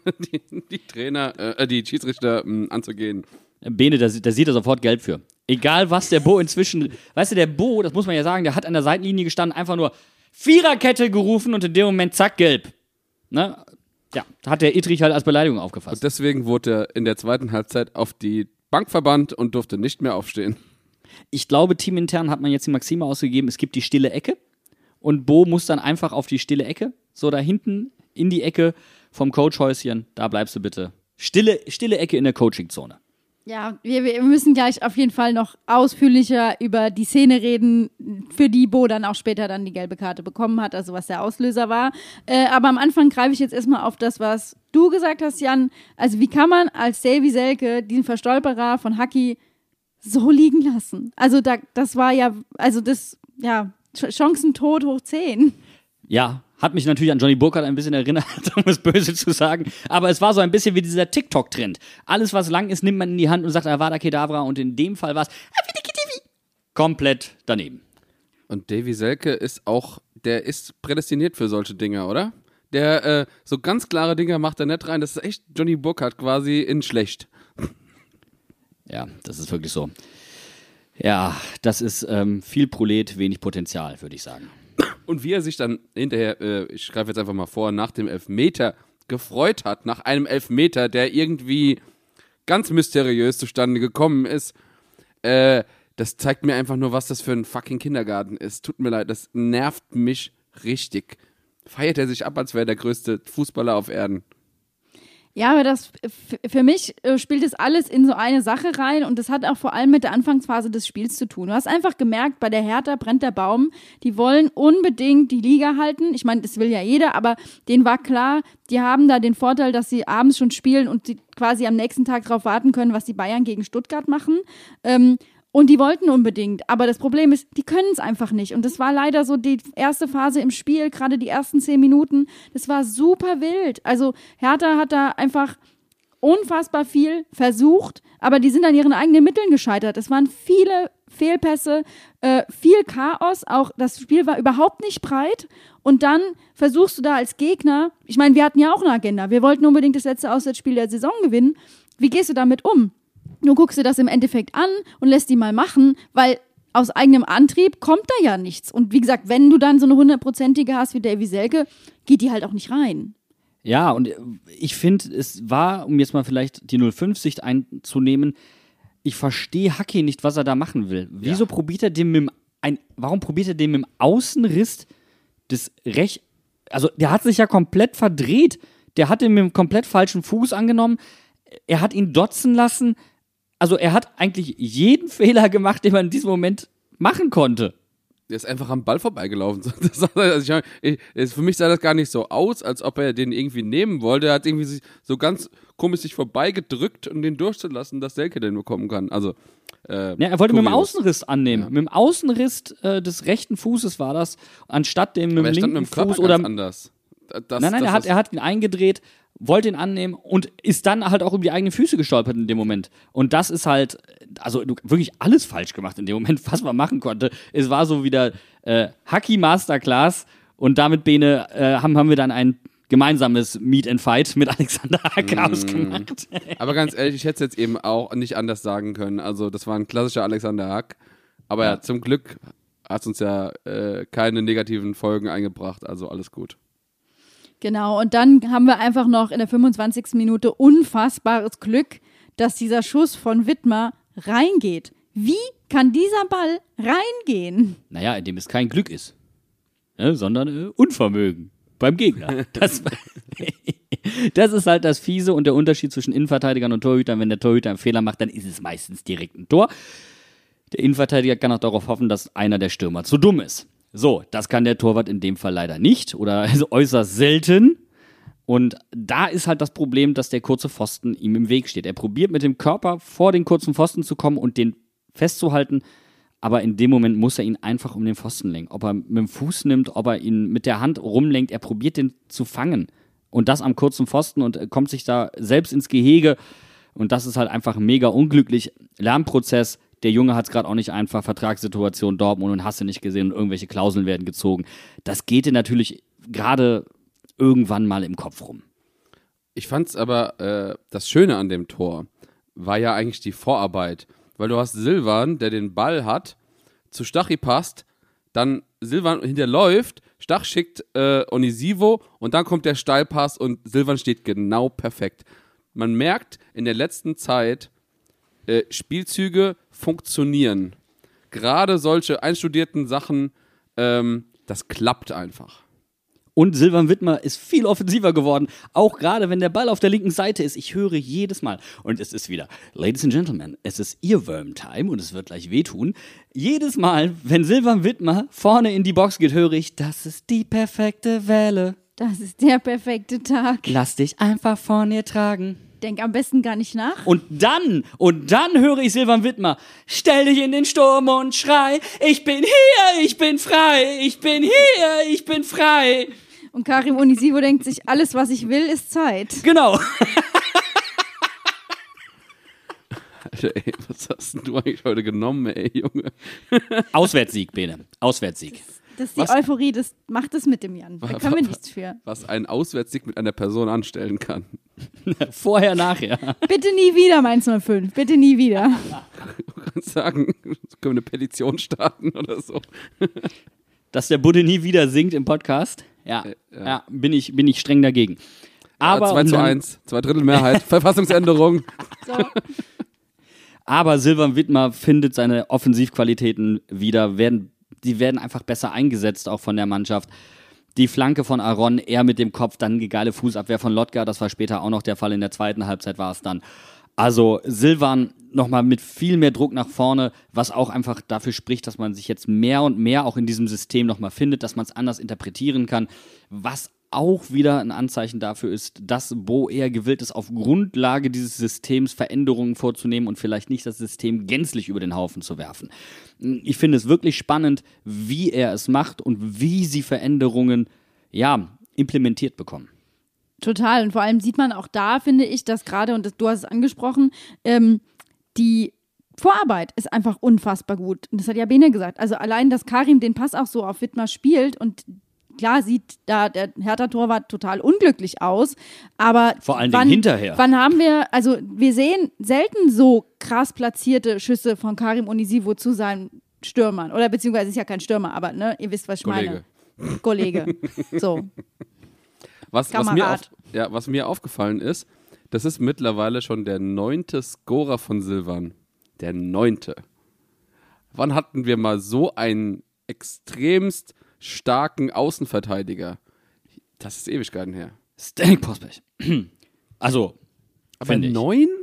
die Schiedsrichter anzugehen. Bene, da sieht er sofort Geld für. Egal was der Bo inzwischen, weißt du, der Bo, das muss man ja sagen, der hat an der Seitenlinie gestanden, einfach nur Viererkette gerufen und in dem Moment zack, gelb. Ne? Ja, hat der Ittrich halt als Beleidigung aufgefasst. Und deswegen wurde er in der zweiten Halbzeit auf die Bank verbannt und durfte nicht mehr aufstehen. Ich glaube, teamintern hat man jetzt die Maxime ausgegeben, es gibt die stille Ecke und Bo muss dann einfach auf die stille Ecke, so da hinten in die Ecke vom Coachhäuschen, da bleibst du bitte. Stille Ecke in der Coachingzone. Ja, wir müssen gleich auf jeden Fall noch ausführlicher über die Szene reden, für die Bo dann auch später dann die gelbe Karte bekommen hat, also was der Auslöser war. Aber am Anfang greife ich jetzt erstmal auf das, was du gesagt hast, Jan. Also wie kann man als Davy Selke diesen Verstolperer von Haki so liegen lassen? Also das war ja, Chancentod hoch 10. Ja, hat mich natürlich an Johnny Burkhardt ein bisschen erinnert, um es böse zu sagen. Aber es war so ein bisschen wie dieser TikTok-Trend. Alles, was lang ist, nimmt man in die Hand und sagt Avada Kedavra. Und in dem Fall war es komplett daneben. Und Davy Selke der ist prädestiniert für solche Dinger, oder? Der so ganz klare Dinger macht er nicht rein. Das ist echt Johnny Burkhardt quasi in schlecht. Ja, das ist wirklich so. Ja, das ist viel Prolet, wenig Potenzial, würde ich sagen. Und wie er sich dann hinterher, ich greife jetzt einfach mal vor, nach dem Elfmeter gefreut hat, nach einem Elfmeter, der irgendwie ganz mysteriös zustande gekommen ist, das zeigt mir einfach nur, was das für ein fucking Kindergarten ist. Tut mir leid, das nervt mich richtig. Feiert er sich ab, als wäre der größte Fußballer auf Erden. Ja, aber für mich spielt das alles in so eine Sache rein und das hat auch vor allem mit der Anfangsphase des Spiels zu tun. Du hast einfach gemerkt, bei der Hertha brennt der Baum, die wollen unbedingt die Liga halten. Ich meine, das will ja jeder, aber denen war klar, die haben da den Vorteil, dass sie abends schon spielen und sie quasi am nächsten Tag darauf warten können, was die Bayern gegen Stuttgart machen. Und die wollten unbedingt, aber das Problem ist, die können es einfach nicht. Und das war leider so die erste Phase im Spiel, gerade die ersten 10 Minuten, das war super wild. Also Hertha hat da einfach unfassbar viel versucht, aber die sind an ihren eigenen Mitteln gescheitert. Es waren viele Fehlpässe, viel Chaos, auch das Spiel war überhaupt nicht breit. Und dann versuchst du da als Gegner, ich meine, wir hatten ja auch eine Agenda, wir wollten unbedingt das letzte Auswärtsspiel der Saison gewinnen. Wie gehst du damit um? Du guckst dir das im Endeffekt an und lässt die mal machen, weil aus eigenem Antrieb kommt da ja nichts. Und wie gesagt, wenn du dann so eine 100%ige hast wie Davy Selke, geht die halt auch nicht rein. Ja, und ich finde, es war, um jetzt mal vielleicht die 05-Sicht einzunehmen, ich verstehe Haki nicht, was er da machen will. Wieso probiert er warum probiert er dem im Außenriss des also der hat sich ja komplett verdreht. Der hat ihn mit dem komplett falschen Fuß angenommen. Er hat ihn dotzen lassen. Also er hat eigentlich jeden Fehler gemacht, den man in diesem Moment machen konnte. Der ist einfach am Ball vorbeigelaufen. Für mich sah das gar nicht so aus, als ob er den irgendwie nehmen wollte. Er hat irgendwie sich so ganz komisch sich vorbeigedrückt, um den durchzulassen, dass Selke den bekommen kann. Also, ja, er wollte mit dem kurios. Außenriss annehmen. Ja. Mit dem Außenriss des rechten Fußes war das, anstatt dem mit Aber dem er stand linken mit dem Körper Fuß oder. ganz anders. Nein, er hat ihn eingedreht, wollte ihn annehmen und ist dann halt auch über die eigenen Füße gestolpert in dem Moment. Und das ist halt, also wirklich alles falsch gemacht in dem Moment, was man machen konnte. Es war so wieder Haki Masterclass und damit, Bene, haben wir dann ein gemeinsames Meet and Fight mit Alexander Hack ausgemacht. Aber ganz ehrlich, ich hätte es jetzt eben auch nicht anders sagen können. Also das war ein klassischer Alexander Hack. Aber ja, zum Glück hat es uns ja keine negativen Folgen eingebracht. Also alles gut. Genau, und dann haben wir einfach noch in der 25. Minute unfassbares Glück, dass dieser Schuss von Widmer reingeht. Wie kann dieser Ball reingehen? Naja, in dem es kein Glück ist, ne, sondern Unvermögen beim Gegner. Das ist halt das Fiese und der Unterschied zwischen Innenverteidigern und Torhütern. Wenn der Torhüter einen Fehler macht, dann ist es meistens direkt ein Tor. Der Innenverteidiger kann auch darauf hoffen, dass einer der Stürmer zu dumm ist. So, das kann der Torwart in dem Fall leider nicht oder also äußerst selten. Und da ist halt das Problem, dass der kurze Pfosten ihm im Weg steht. Er probiert mit dem Körper vor den kurzen Pfosten zu kommen und den festzuhalten, aber in dem Moment muss er ihn einfach um den Pfosten lenken. Ob er mit dem Fuß nimmt, ob er ihn mit der Hand rumlenkt, er probiert den zu fangen. Und das am kurzen Pfosten und kommt sich da selbst ins Gehege. Und das ist halt einfach mega unglücklich. Lernprozess. Der Junge hat es gerade auch nicht einfach, Vertragssituation Dortmund und hast du nicht gesehen und irgendwelche Klauseln werden gezogen. Das geht dir natürlich gerade irgendwann mal im Kopf rum. Ich fand's aber, das Schöne an dem Tor war ja eigentlich die Vorarbeit. Weil du hast Silvan, der den Ball hat, zu Stachy passt, dann Silvan hinterläuft, Stach schickt Onisivo und dann kommt der Steilpass und Silvan steht genau perfekt. Man merkt in der letzten Zeit, Spielzüge funktionieren. Gerade solche einstudierten Sachen, das klappt einfach. Und Silvan Widmer ist viel offensiver geworden, auch gerade wenn der Ball auf der linken Seite ist. Ich höre jedes Mal, und es ist wieder, Ladies and Gentlemen, es ist Earworm-Time und es wird gleich wehtun. Jedes Mal, wenn Silvan Widmer vorne in die Box geht, höre ich, das ist die perfekte Welle. Das ist der perfekte Tag. Lass dich einfach von ihr tragen. Denk am besten gar nicht nach. Und dann höre ich Silvan Widmer, stell dich in den Sturm und schrei, ich bin hier, ich bin frei, ich bin hier, ich bin frei. Und Karim Onisivo denkt sich, alles, was ich will, ist Zeit. Genau. Alter, ey, was hast denn du eigentlich heute genommen, ey, Junge? Auswärtssieg, Bene, Auswärtssieg. Das ist die Euphorie, das macht es mit dem Jan. Da können wir nichts für. Was ein Auswärtssieg mit einer Person anstellen kann. Vorher, nachher. Bitte nie wieder, Mainz 05. Bitte nie wieder. Du kannst sagen, können wir eine Petition starten oder so. Dass der Budde nie wieder singt im Podcast, ja, bin ich streng dagegen. Aber 2:1, 2/3 Mehrheit, Verfassungsänderung. So. Aber Silvan Widmer findet seine Offensivqualitäten wieder, die werden einfach besser eingesetzt, auch von der Mannschaft. Die Flanke von Aron, er mit dem Kopf, dann die geile Fußabwehr von Lotka, das war später auch noch der Fall, in der zweiten Halbzeit war es dann. Also Silvan nochmal mit viel mehr Druck nach vorne, was auch einfach dafür spricht, dass man sich jetzt mehr und mehr auch in diesem System nochmal findet, dass man es anders interpretieren kann, was auch wieder ein Anzeichen dafür ist, dass Bo eher gewillt ist, auf Grundlage dieses Systems Veränderungen vorzunehmen und vielleicht nicht das System gänzlich über den Haufen zu werfen. Ich finde es wirklich spannend, wie er es macht und wie sie Veränderungen, implementiert bekommen. Total. Und vor allem sieht man auch da, finde ich, dass gerade, und du hast es angesprochen, die Vorarbeit ist einfach unfassbar gut. Und das hat ja Bene gesagt. Also allein, dass Karim den Pass auch so auf Widmer spielt und klar sieht da der Hertha-Torwart total unglücklich aus, aber vor allen Dingen hinterher. Wann haben wir sehen selten so krass platzierte Schüsse von Karim Onisivo zu seinen Stürmern. Oder beziehungsweise ist ja kein Stürmer, aber ne, ihr wisst, was ich meine. Kollege. So. Was mir aufgefallen ist, das ist mittlerweile schon der 9. Scorer von Silvan. Der 9. Wann hatten wir mal so einen extremst starken Außenverteidiger? Das ist Ewigkeiten her. Stanek Postpech. Also, aber 9?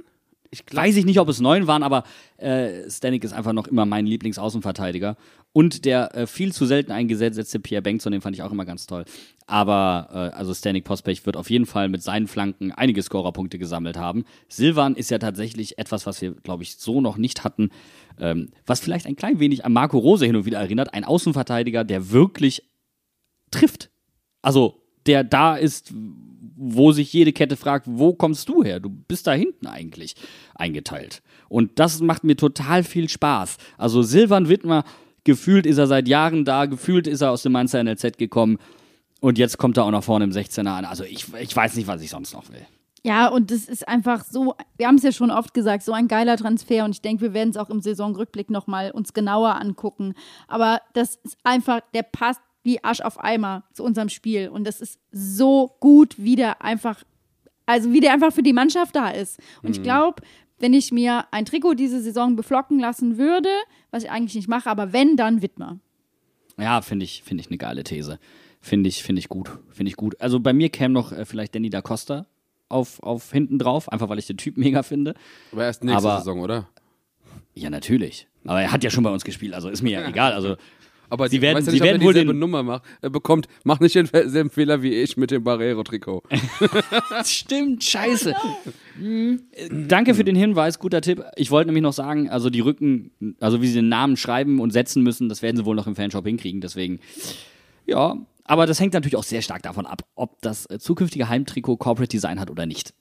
Weiß ich nicht, ob es 9 waren, aber Stanek ist einfach noch immer mein Lieblingsaußenverteidiger. Und der viel zu selten eingesetzte Pierre Bengtsson, den fand ich auch immer ganz toll. Aber also Stanek Pospech wird auf jeden Fall mit seinen Flanken einige Scorerpunkte gesammelt haben. Silvan ist ja tatsächlich etwas, was wir, glaube ich, so noch nicht hatten, was vielleicht ein klein wenig an Marco Rose hin und wieder erinnert. Ein Außenverteidiger, der wirklich trifft. Also der da ist, wo sich jede Kette fragt, wo kommst du her? Du bist da hinten eigentlich eingeteilt. Und das macht mir total viel Spaß. Also Silvan Widmer, gefühlt ist er seit Jahren da, gefühlt ist er aus dem Mainzer NLZ gekommen und jetzt kommt er auch noch vorne im 16er an. Also ich weiß nicht, was ich sonst noch will. Ja, und das ist einfach so, wir haben es ja schon oft gesagt, so ein geiler Transfer und ich denke, wir werden es auch im Saisonrückblick nochmal uns genauer angucken. Aber das ist einfach, der passt wie Arsch auf Eimer zu unserem Spiel und das ist so gut, wie der einfach für die Mannschaft da ist. Und ich glaube, wenn ich mir ein Trikot diese Saison beflocken lassen würde, was ich eigentlich nicht mache, aber wenn, dann Widmer. Ja, finde ich eine geile These. Finde ich gut. Also bei mir käme noch vielleicht Danny da Costa auf hinten drauf, einfach weil ich den Typ mega finde. Aber erst nächste Saison, oder? Ja, natürlich. Aber er hat ja schon bei uns gespielt, also ist mir ja egal. Also aber sie werden wohl dieselbe Nummer bekommt. Mach nicht denselben Fehler wie ich mit dem Barrero-Trikot. Stimmt, scheiße. Danke für den Hinweis, guter Tipp. Ich wollte nämlich noch sagen, also die Rücken, also wie sie den Namen schreiben und setzen müssen, das werden sie wohl noch im Fanshop hinkriegen. Deswegen, ja. Aber das hängt natürlich auch sehr stark davon ab, ob das zukünftige Heimtrikot Corporate Design hat oder nicht.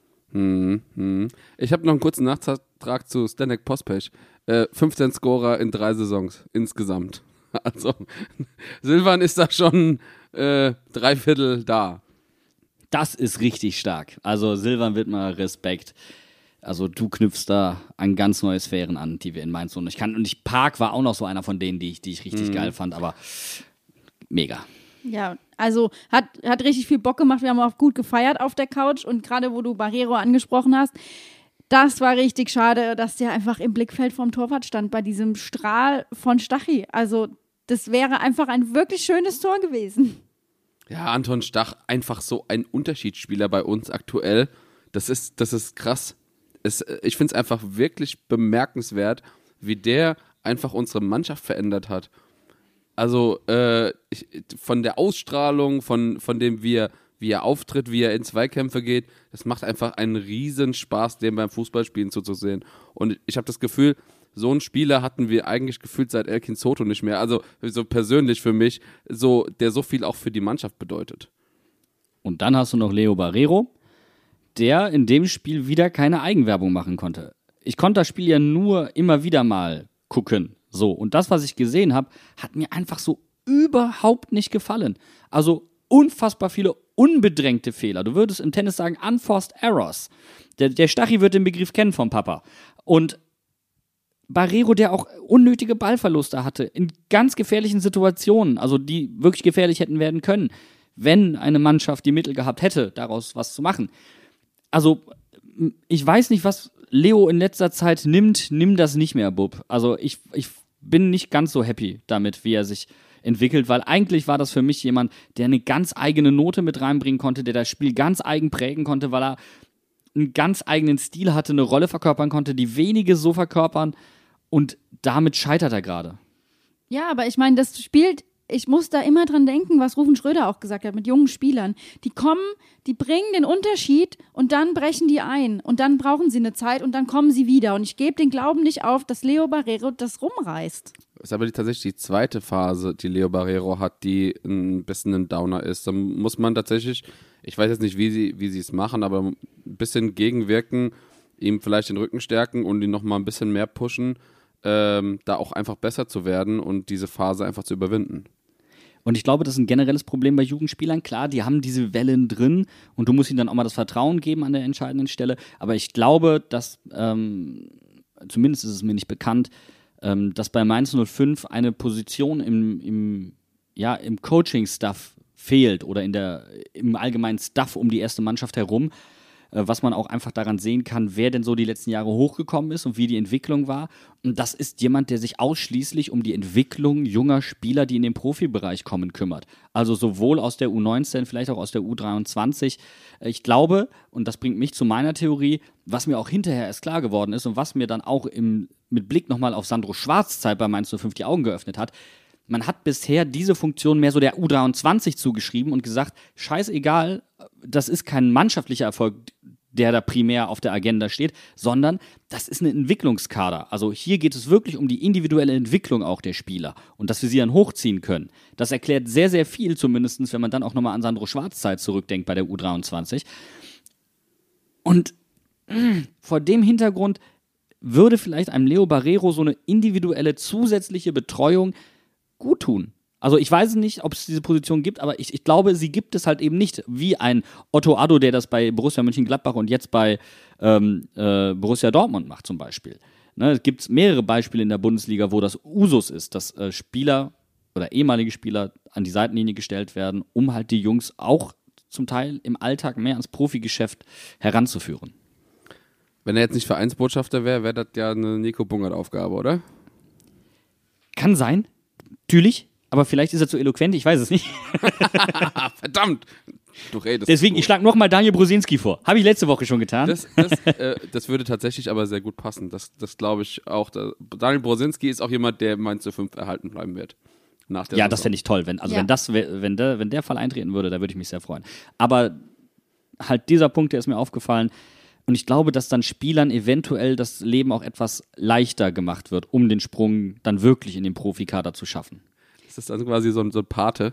Ich habe noch einen kurzen Nachtrag zu Stanek Pospech. 15 Scorer in 3 Saisons insgesamt. Also, Silvan ist da schon 3/4 da. Das ist richtig stark. Also, Silvan Widmer, Respekt. Also, du knüpfst da an ganz neue Sphären an, die wir in Mainz so nicht kannten. Und Park war auch noch so einer von denen, die ich richtig geil fand, aber mega. Ja, also hat richtig viel Bock gemacht. Wir haben auch gut gefeiert auf der Couch und gerade wo du Barrero angesprochen hast, das war richtig schade, dass der einfach im Blickfeld vom Torwart stand bei diesem Strahl von Stachy. Also das wäre einfach ein wirklich schönes Tor gewesen. Ja, Anton Stach, einfach so ein Unterschiedsspieler bei uns aktuell. Das ist krass. Ich finde es einfach wirklich bemerkenswert, wie der einfach unsere Mannschaft verändert hat. Also von der Ausstrahlung, von dem, wie er auftritt, wie er in Zweikämpfe geht, das macht einfach einen riesen Spaß, dem beim Fußballspielen zuzusehen. Und ich habe das Gefühl, so einen Spieler hatten wir eigentlich gefühlt seit Elkin Soto nicht mehr. Also so persönlich für mich, der so viel auch für die Mannschaft bedeutet. Und dann hast du noch Leo Barrero, der in dem Spiel wieder keine Eigenwerbung machen konnte. Ich konnte das Spiel ja nur immer wieder mal gucken. So, und das, was ich gesehen habe, hat mir einfach so überhaupt nicht gefallen. Also unfassbar viele unbedrängte Fehler. Du würdest im Tennis sagen, unforced errors. Der Stachy wird den Begriff kennen vom Papa. Und Barrero, der auch unnötige Ballverluste hatte, in ganz gefährlichen Situationen, also die wirklich gefährlich hätten werden können, wenn eine Mannschaft die Mittel gehabt hätte, daraus was zu machen. Also, ich weiß nicht, was Leo in letzter Zeit nimmt, nimm das nicht mehr, Bub. Also ich bin nicht ganz so happy damit, wie er sich entwickelt, weil eigentlich war das für mich jemand, der eine ganz eigene Note mit reinbringen konnte, der das Spiel ganz eigen prägen konnte, weil er einen ganz eigenen Stil hatte, eine Rolle verkörpern konnte, die wenige so verkörpern und damit scheitert er gerade. Ja, aber ich meine, das spielt, ich muss da immer dran denken, was Rufen Schröder auch gesagt hat mit jungen Spielern. Die kommen, die bringen den Unterschied und dann brechen die ein und dann brauchen sie eine Zeit und dann kommen sie wieder. Und ich gebe den Glauben nicht auf, dass Leo Barrero das rumreißt. Das ist aber tatsächlich die zweite Phase, die Leo Barrero hat, die ein bisschen ein Downer ist. Da muss man tatsächlich, ich weiß jetzt nicht, wie sie es machen, aber ein bisschen gegenwirken, ihm vielleicht den Rücken stärken und ihn nochmal ein bisschen mehr pushen, da auch einfach besser zu werden und diese Phase einfach zu überwinden. Und ich glaube, das ist ein generelles Problem bei Jugendspielern. Klar, die haben diese Wellen drin und du musst ihnen dann auch mal das Vertrauen geben an der entscheidenden Stelle. Aber ich glaube, dass, zumindest ist es mir nicht bekannt, dass bei Mainz 05 eine Position im Coaching-Staff fehlt oder im allgemeinen Staff um die erste Mannschaft herum, was man auch einfach daran sehen kann, wer denn so die letzten Jahre hochgekommen ist und wie die Entwicklung war. Und das ist jemand, der sich ausschließlich um die Entwicklung junger Spieler, die in den Profibereich kommen, kümmert. Also sowohl aus der U19, vielleicht auch aus der U23. Ich glaube, und das bringt mich zu meiner Theorie, was mir auch hinterher erst klar geworden ist und was mir dann auch mit Blick nochmal auf Sandro Schwarz Zeit bei Mainz 05 die Augen geöffnet hat, man hat bisher diese Funktion mehr so der U23 zugeschrieben und gesagt, scheißegal, das ist kein mannschaftlicher Erfolg, der da primär auf der Agenda steht, sondern das ist ein Entwicklungskader. Also hier geht es wirklich um die individuelle Entwicklung auch der Spieler und dass wir sie dann hochziehen können. Das erklärt sehr, sehr viel, zumindest wenn man dann auch nochmal an Sandro Schwarz Zeit zurückdenkt bei der U23. Und vor dem Hintergrund würde vielleicht einem Leo Barreiro so eine individuelle zusätzliche Betreuung gut tun. Also ich weiß nicht, ob es diese Position gibt, aber ich glaube, sie gibt es halt eben nicht, wie ein Otto Addo, der das bei Borussia Mönchengladbach und jetzt bei Borussia Dortmund macht zum Beispiel. Ne, es gibt mehrere Beispiele in der Bundesliga, wo das Usus ist, dass Spieler oder ehemalige Spieler an die Seitenlinie gestellt werden, um halt die Jungs auch zum Teil im Alltag mehr ans Profigeschäft heranzuführen. Wenn er jetzt nicht Vereinsbotschafter wäre, wäre das ja eine Nico Bungert-Aufgabe, oder? Kann sein, natürlich, aber vielleicht ist er zu eloquent, ich weiß es nicht. Verdammt! Du redest. Deswegen, ich schlage nochmal Daniel Brosinski vor. Habe ich letzte Woche schon getan. Das würde tatsächlich aber sehr gut passen. Das glaube ich auch. Daniel Brosinski ist auch jemand, der Mainz 05 erhalten bleiben wird. Nach der ja, Saison. das fände ich toll. Wenn der Fall eintreten würde, da würde ich mich sehr freuen. Aber halt dieser Punkt, der ist mir aufgefallen. Und ich glaube, dass dann Spielern eventuell das Leben auch etwas leichter gemacht wird, um den Sprung dann wirklich in den Profikader zu schaffen. Das ist dann quasi so ein Pate.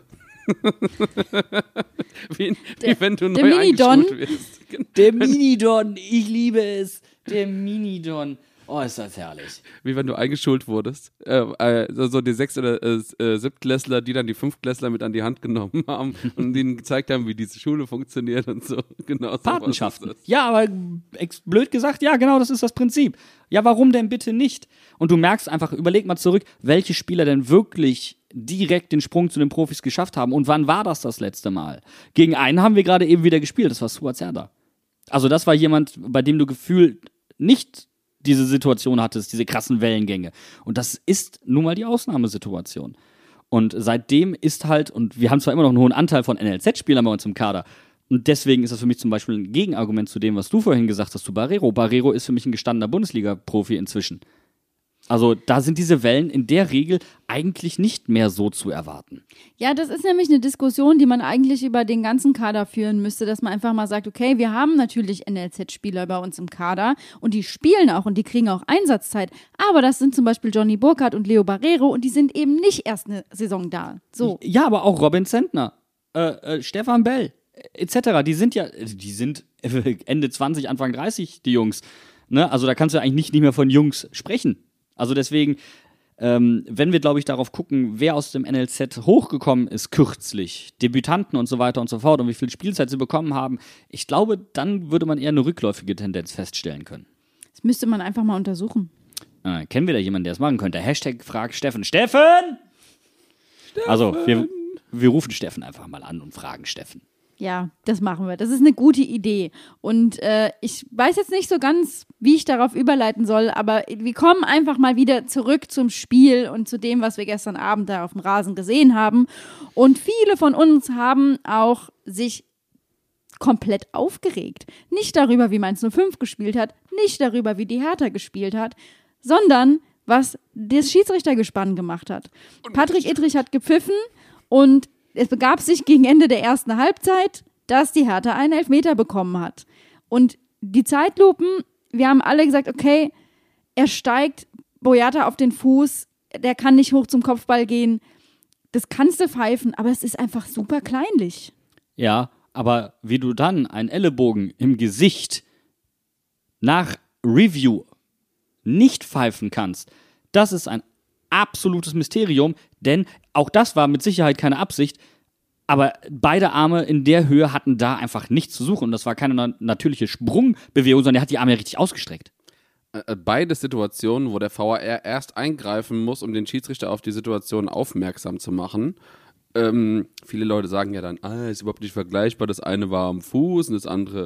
wie wenn du neu Minidon. eingeschult wirst. Der Minidon, ich liebe es. Der Minidon. Oh, ist das herrlich. Wie wenn du eingeschult wurdest. So die 6- oder 7-Klässler, die dann die 5-Klässler mit an die Hand genommen haben und ihnen gezeigt haben, wie diese Schule funktioniert und so. Genau so Patenschaften. Ja, aber blöd gesagt, ja, genau, das ist das Prinzip. Ja, warum denn bitte nicht? Und du merkst einfach, überleg mal zurück, welche Spieler denn wirklich direkt den Sprung zu den Profis geschafft haben und wann war das letzte Mal? Gegen einen haben wir gerade eben wieder gespielt, das war Suat Serdar. Also das war jemand, bei dem du gefühlt nicht diese Situation hattest, diese krassen Wellengänge. Und das ist nun mal die Ausnahmesituation. Und seitdem ist halt, und wir haben zwar immer noch einen hohen Anteil von NLZ-Spielern bei uns im Kader, und deswegen ist das für mich zum Beispiel ein Gegenargument zu dem, was du vorhin gesagt hast, zu Barreiro. Barreiro ist für mich ein gestandener Bundesliga-Profi inzwischen. Also da sind diese Wellen in der Regel eigentlich nicht mehr so zu erwarten. Ja, das ist nämlich eine Diskussion, die man eigentlich über den ganzen Kader führen müsste, dass man einfach mal sagt, okay, wir haben natürlich NLZ-Spieler bei uns im Kader und die spielen auch und die kriegen auch Einsatzzeit, aber das sind zum Beispiel Johnny Burkhardt und Leo Barreiro und die sind eben nicht erst eine Saison da. So. Ja, aber auch Robin Zentner, Stefan Bell, etc., die sind Ende 20, Anfang 30, die Jungs. Ne? Also da kannst du eigentlich nicht mehr von Jungs sprechen. Also deswegen, wenn wir, glaube ich, darauf gucken, wer aus dem NLZ hochgekommen ist kürzlich, Debütanten und so weiter und so fort und wie viel Spielzeit sie bekommen haben, ich glaube, dann würde man eher eine rückläufige Tendenz feststellen können. Das müsste man einfach mal untersuchen. Kennen wir da jemanden, der es machen könnte? Hashtag frag Steffen. Steffen! Also, wir rufen Steffen einfach mal an und fragen Steffen. Ja, das machen wir. Das ist eine gute Idee. Und ich weiß jetzt nicht so ganz, wie ich darauf überleiten soll, aber wir kommen einfach mal wieder zurück zum Spiel und zu dem, was wir gestern Abend da auf dem Rasen gesehen haben. Und viele von uns haben auch sich komplett aufgeregt. Nicht darüber, wie Mainz 05 gespielt hat, nicht darüber, wie die Hertha gespielt hat, sondern was das Schiedsrichtergespann gemacht hat. Patrick Ittrich hat gepfiffen und es begab sich gegen Ende der ersten Halbzeit, dass die Hertha einen Elfmeter bekommen hat. Und die Zeitlupen, wir haben alle gesagt, okay, er steigt Boyata auf den Fuß, der kann nicht hoch zum Kopfball gehen. Das kannst du pfeifen, aber es ist einfach super kleinlich. Ja, aber wie du dann einen Ellenbogen im Gesicht nach Review nicht pfeifen kannst, das ist ein absolutes Mysterium, denn auch das war mit Sicherheit keine Absicht, aber beide Arme in der Höhe hatten da einfach nichts zu suchen und das war keine natürliche Sprungbewegung, sondern er hat die Arme ja richtig ausgestreckt. Beide Situationen, wo der VAR erst eingreifen muss, um den Schiedsrichter auf die Situation aufmerksam zu machen. Viele Leute sagen ja dann, ist überhaupt nicht vergleichbar, das eine war am Fuß und das andere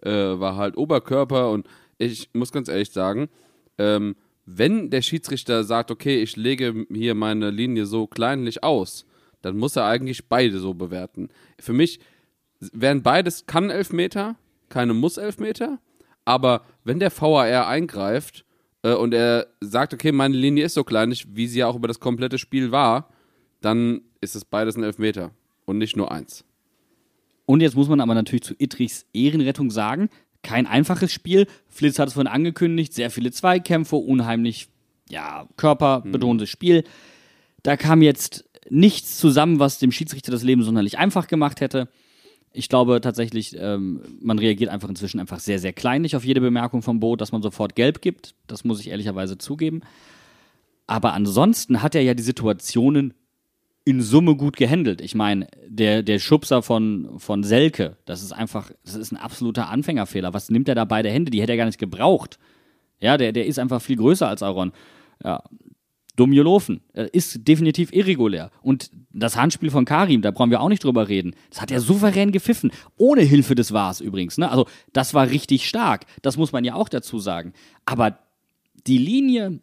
war halt Oberkörper und ich muss ganz ehrlich sagen, wenn der Schiedsrichter sagt, okay, ich lege hier meine Linie so kleinlich aus, dann muss er eigentlich beide so bewerten. Für mich wären beides kann Elfmeter, keine muss Elfmeter, aber wenn der VAR eingreift und er sagt, okay, meine Linie ist so kleinlich, wie sie ja auch über das komplette Spiel war, dann ist es beides ein Elfmeter und nicht nur eins. Und jetzt muss man aber natürlich zu Ittrichs Ehrenrettung sagen, kein einfaches Spiel. Flitz hat es vorhin angekündigt, sehr viele Zweikämpfe, unheimlich körperbetontes Spiel. Da kam jetzt nichts zusammen, was dem Schiedsrichter das Leben sonderlich einfach gemacht hätte. Ich glaube tatsächlich, man reagiert einfach inzwischen einfach sehr, sehr kleinlich auf jede Bemerkung vom Bo, dass man sofort gelb gibt. Das muss ich ehrlicherweise zugeben. Aber ansonsten hat er ja die Situationen in Summe gut gehandelt. Ich meine, der Schubser von Selke, das ist ein absoluter Anfängerfehler. Was nimmt er da beide Hände? Die hätte er gar nicht gebraucht. Ja, der ist einfach viel größer als Aaron. Ja, dumm gelaufen. Ist definitiv irregulär. Und das Handspiel von Karim, da brauchen wir auch nicht drüber reden. Das hat er souverän gepfiffen. Ohne Hilfe des VARs übrigens. Ne? Also, das war richtig stark. Das muss man ja auch dazu sagen. Aber die Linie,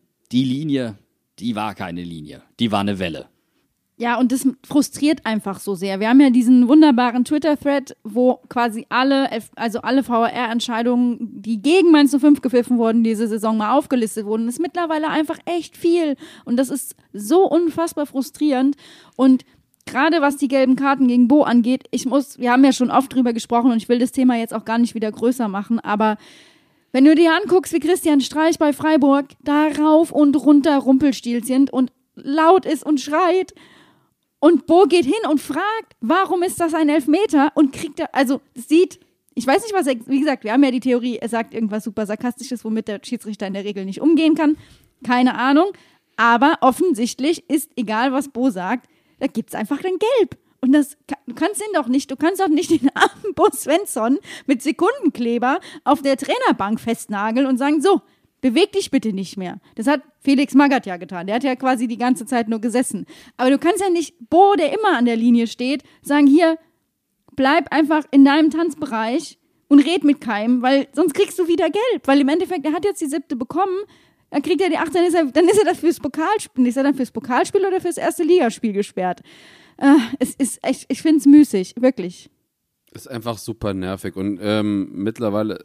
die war keine Linie. Die war eine Welle. Ja, und das frustriert einfach so sehr. Wir haben ja diesen wunderbaren Twitter-Thread, wo quasi alle VAR-Entscheidungen, die gegen Mainz 05 gepfiffen wurden, diese Saison mal aufgelistet wurden. Das ist mittlerweile einfach echt viel. Und das ist so unfassbar frustrierend. Und gerade was die gelben Karten gegen Bo angeht, wir haben ja schon oft drüber gesprochen und ich will das Thema jetzt auch gar nicht wieder größer machen, aber wenn du dir anguckst, wie Christian Streich bei Freiburg da rauf und runter Rumpelstilzchen und laut ist und schreit, und Bo geht hin und fragt, warum ist das ein Elfmeter? Und kriegt er, ich weiß nicht, was er, wie gesagt, wir haben ja die Theorie, er sagt irgendwas super Sarkastisches, womit der Schiedsrichter in der Regel nicht umgehen kann. Keine Ahnung. Aber offensichtlich ist, egal was Bo sagt, da gibt's einfach dann Gelb. Und du kannst doch nicht den armen Bo Svensson mit Sekundenkleber auf der Trainerbank festnageln und sagen, so, beweg dich bitte nicht mehr. Das hat Felix Magath ja getan. Der hat ja quasi die ganze Zeit nur gesessen. Aber du kannst ja nicht Bo, der immer an der Linie steht, sagen, hier, bleib einfach in deinem Tanzbereich und red mit keinem, weil sonst kriegst du wieder Gelb. Weil im Endeffekt, er hat jetzt die 7. bekommen, dann kriegt er die 8, dann ist er das fürs Pokalspiel. Ist er dann fürs Pokalspiel oder fürs erste Ligaspiel gesperrt? Es ist echt, ich finde es müßig, wirklich. Ist einfach super nervig und mittlerweile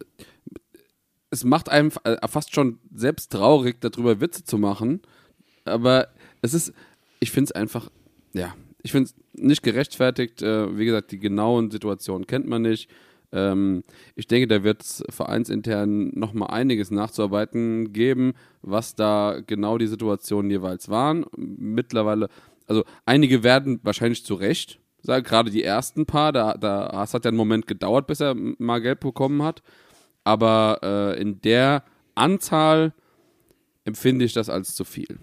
es macht einem fast schon selbst traurig, darüber Witze zu machen, aber ich finde es einfach, ich finde es nicht gerechtfertigt, wie gesagt, die genauen Situationen kennt man nicht. Ich denke, da wird es vereinsintern nochmal einiges nachzuarbeiten geben, was da genau die Situationen jeweils waren. Mittlerweile, also einige werden wahrscheinlich zu Recht sagen, gerade die ersten paar, es hat ja einen Moment gedauert, bis er mal Gelb bekommen hat. Aber in der Anzahl empfinde ich das als zu viel.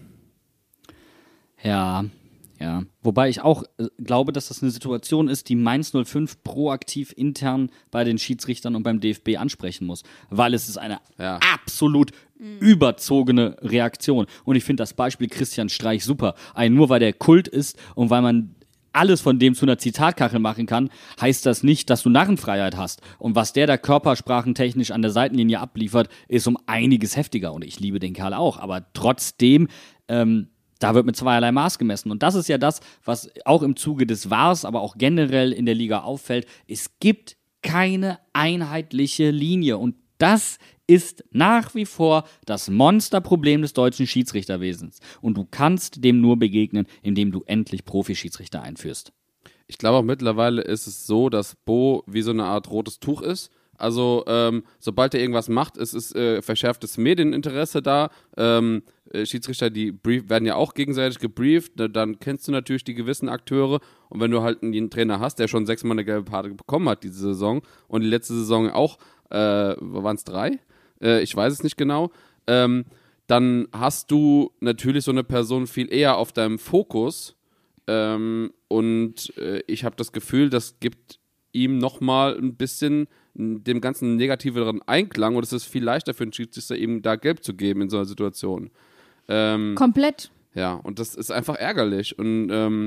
Ja. Wobei ich auch glaube, dass das eine Situation ist, die Mainz 05 proaktiv intern bei den Schiedsrichtern und beim DFB ansprechen muss. Weil es ist eine absolut überzogene Reaktion. Und ich finde das Beispiel Christian Streich super. Nur weil der Kult ist und weil man alles von dem zu einer Zitatkachel machen kann, heißt das nicht, dass du Narrenfreiheit hast. Und was der da körpersprachentechnisch an der Seitenlinie abliefert, ist um einiges heftiger. Und ich liebe den Kerl auch. Aber trotzdem, da wird mit zweierlei Maß gemessen. Und das ist ja das, was auch im Zuge des VARs, aber auch generell in der Liga auffällt. Es gibt keine einheitliche Linie. Und das ist nach wie vor das Monsterproblem des deutschen Schiedsrichterwesens. Und du kannst dem nur begegnen, indem du endlich Profi-Schiedsrichter einführst. Ich glaube auch mittlerweile ist es so, dass Bo wie so eine Art rotes Tuch ist. Also sobald er irgendwas macht, es ist verschärftes Medieninteresse da. Schiedsrichter, die werden ja auch gegenseitig gebrieft. Dann kennst du natürlich die gewissen Akteure. Und wenn du halt einen Trainer hast, der schon 6-mal eine gelbe Karte bekommen hat diese Saison und die letzte Saison auch, waren es 3? Ich weiß es nicht genau. Dann hast du natürlich so eine Person viel eher auf deinem Fokus. Und ich habe das Gefühl, das gibt ihm nochmal ein bisschen dem ganzen negativeren Einklang und es ist viel leichter für einen Schiedsrichter, ihm da gelb zu geben in so einer Situation. Komplett. Ja, und das ist einfach ärgerlich. Und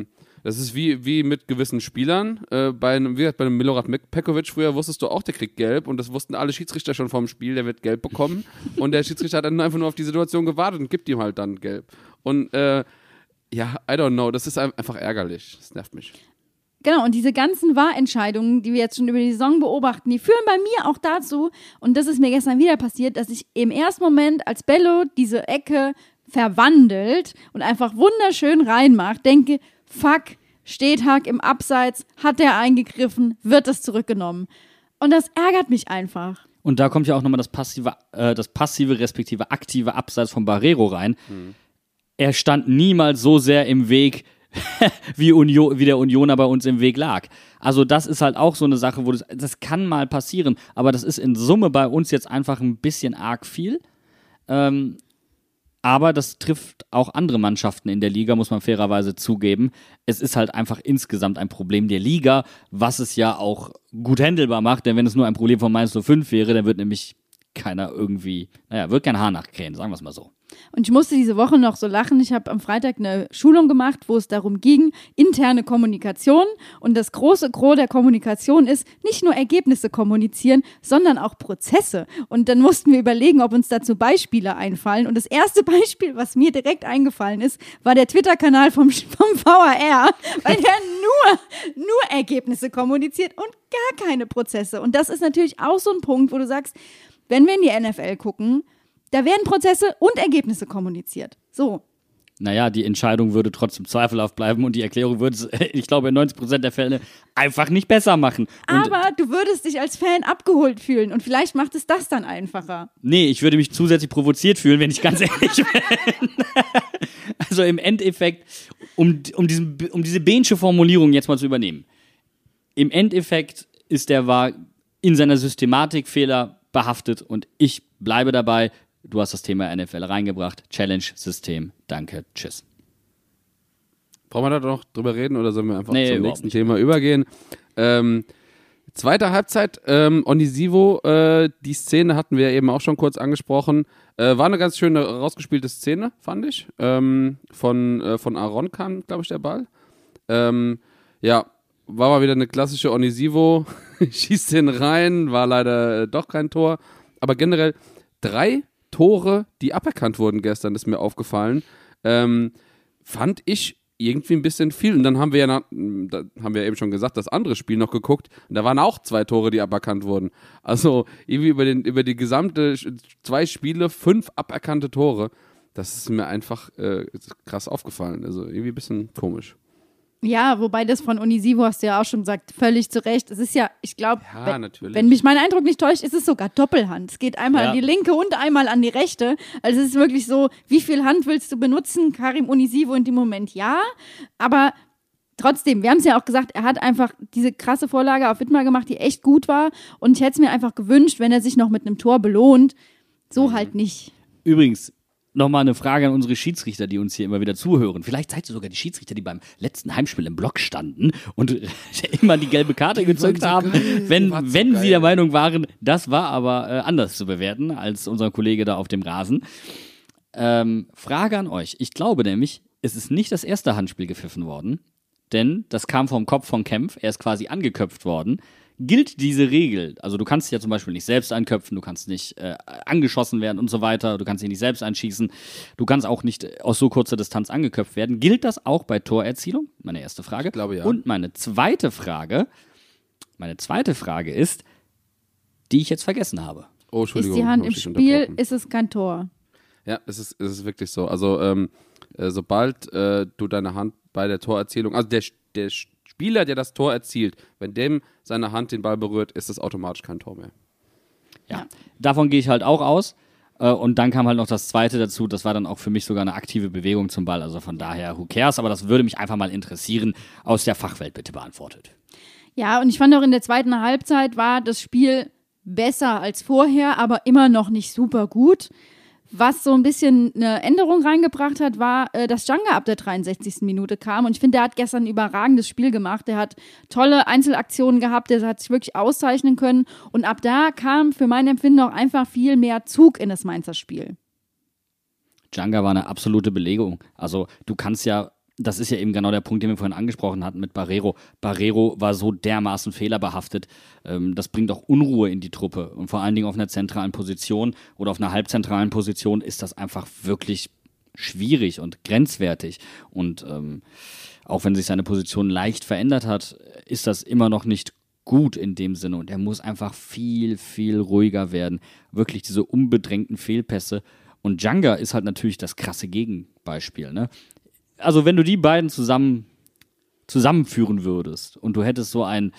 Das ist wie mit gewissen Spielern. Bei einem Milorad Pekovic früher wusstest du auch, der kriegt gelb und das wussten alle Schiedsrichter schon vorm Spiel, der wird gelb bekommen. Und der Schiedsrichter hat dann einfach nur auf die Situation gewartet und gibt ihm halt dann gelb. Und I don't know, das ist einfach ärgerlich. Das nervt mich. Genau, und diese ganzen Wahrentscheidungen, die wir jetzt schon über die Saison beobachten, die führen bei mir auch dazu, und das ist mir gestern wieder passiert, dass ich im ersten Moment, als Bello diese Ecke verwandelt und einfach wunderschön reinmacht, denke, fuck, steht Hack im Abseits, hat der eingegriffen, wird das zurückgenommen. Und das ärgert mich einfach. Und da kommt ja auch nochmal das passive respektive aktive Abseits von Barreiro rein. Er stand niemals so sehr im Weg, wie der Unioner bei uns im Weg lag. Also das ist halt auch so eine Sache, wo das kann mal passieren, aber das ist in Summe bei uns jetzt einfach ein bisschen arg viel. Aber das trifft auch andere Mannschaften in der Liga, muss man fairerweise zugeben. Es ist halt einfach insgesamt ein Problem der Liga, was es ja auch gut handelbar macht, denn wenn es nur ein Problem von Mainz 05 wäre, dann wird nämlich keiner irgendwie, wird kein Haar nachkrähen, sagen wir es mal so. Und ich musste diese Woche noch so lachen. Ich habe am Freitag eine Schulung gemacht, wo es darum ging, interne Kommunikation. Und das große Gros der Kommunikation ist, nicht nur Ergebnisse kommunizieren, sondern auch Prozesse. Und dann mussten wir überlegen, ob uns dazu Beispiele einfallen. Und das erste Beispiel, was mir direkt eingefallen ist, war der Twitter-Kanal vom VAR, weil der nur Ergebnisse kommuniziert und gar keine Prozesse. Und das ist natürlich auch so ein Punkt, wo du sagst, wenn wir in die NFL gucken, da werden Prozesse und Ergebnisse kommuniziert. So. Naja, die Entscheidung würde trotzdem zweifelhaft bleiben und die Erklärung würde es, ich glaube, in 90% der Fälle einfach nicht besser machen. Aber du würdest dich als Fan abgeholt fühlen und vielleicht macht es das dann einfacher. Nee, ich würde mich zusätzlich provoziert fühlen, wenn ich ganz ehrlich bin. Also im Endeffekt, um diese Behnsche Formulierung jetzt mal zu übernehmen. Im Endeffekt ist der VAR in seiner Systematik fehlerbehaftet und ich bleibe dabei. Du hast das Thema NFL reingebracht. Challenge, System, danke, tschüss. Brauchen wir da noch drüber reden oder sollen wir einfach zum nächsten nicht. Thema übergehen? Zweite Halbzeit, Onisivo, die Szene hatten wir eben auch schon kurz angesprochen. War eine ganz schöne rausgespielte Szene, fand ich. Von Aaron kam, glaube ich, der Ball. War mal wieder eine klassische Onisivo. Schießt den rein, war leider doch kein Tor. Aber generell 3 Tore, die aberkannt wurden gestern, ist mir aufgefallen. Fand ich irgendwie ein bisschen viel. Und dann haben wir eben schon gesagt, das andere Spiel noch geguckt. Und da waren auch 2 Tore, die aberkannt wurden. Also irgendwie über die gesamte 2 Spiele 5 aberkannte Tore. Das ist mir einfach krass aufgefallen. Also irgendwie ein bisschen komisch. Ja, wobei das von Onisivo, hast du ja auch schon gesagt, völlig zu Recht. Es ist ja, ich glaube, wenn mich mein Eindruck nicht täuscht, ist es sogar Doppelhand. Es geht einmal an die linke und einmal an die rechte. Also es ist wirklich so, wie viel Hand willst du benutzen? Karim Onisivo in dem Moment ja, aber trotzdem, wir haben es ja auch gesagt, er hat einfach diese krasse Vorlage auf Wittmer gemacht, die echt gut war und ich hätte es mir einfach gewünscht, wenn er sich noch mit einem Tor belohnt. So halt nicht. Übrigens, nochmal eine Frage an unsere Schiedsrichter, die uns hier immer wieder zuhören. Vielleicht seid ihr sogar die Schiedsrichter, die beim letzten Heimspiel im Block standen und immer die gelbe Karte gezückt haben, wenn sie der Meinung waren, das war aber anders zu bewerten als unser Kollege da auf dem Rasen. Frage an euch. Ich glaube nämlich, es ist nicht das erste Handspiel gepfiffen worden, denn das kam vom Kopf von Kempf. Er ist quasi angeköpft worden. Gilt diese Regel, also du kannst ja zum Beispiel nicht selbst anköpfen, du kannst nicht angeschossen werden und so weiter, du kannst dich nicht selbst einschießen, du kannst auch nicht aus so kurzer Distanz angeköpft werden. Gilt das auch bei Torerzielung? Meine erste Frage. Ich glaube, ja. Und meine zweite Frage ist, die ich jetzt vergessen habe. Oh, Entschuldigung. Ist die Hand im Spiel, ist es kein Tor. Ja, es ist wirklich so. Also sobald du deine Hand bei der Torerzielung, also der Spieler, der das Tor erzielt, wenn dem seine Hand den Ball berührt, ist es automatisch kein Tor mehr. Ja, davon gehe ich halt auch aus. Und dann kam halt noch das Zweite dazu, das war dann auch für mich sogar eine aktive Bewegung zum Ball. Also von daher, who cares? Aber das würde mich einfach mal interessieren, aus der Fachwelt bitte beantwortet. Ja, und ich fand auch in der zweiten Halbzeit war das Spiel besser als vorher, aber immer noch nicht super gut. Was so ein bisschen eine Änderung reingebracht hat, war, dass Djanga ab der 63. Minute kam. Und ich finde, der hat gestern ein überragendes Spiel gemacht. Der hat tolle Einzelaktionen gehabt, der hat sich wirklich auszeichnen können. Und ab da kam für mein Empfinden auch einfach viel mehr Zug in das Mainzer Spiel. Djanga war eine absolute Belegung. Also du kannst ja das ist ja eben genau der Punkt, den wir vorhin angesprochen hatten mit Barreiro. Barreiro war so dermaßen fehlerbehaftet. Das bringt auch Unruhe in die Truppe. Und vor allen Dingen auf einer zentralen Position oder auf einer halbzentralen Position ist das einfach wirklich schwierig und grenzwertig. Und auch wenn sich seine Position leicht verändert hat, ist das immer noch nicht gut in dem Sinne. Und er muss einfach viel, viel ruhiger werden. Wirklich diese unbedrängten Fehlpässe. Und Djanga ist halt natürlich das krasse Gegenbeispiel, ne? Also wenn du die beiden zusammenführen würdest und du hättest so ein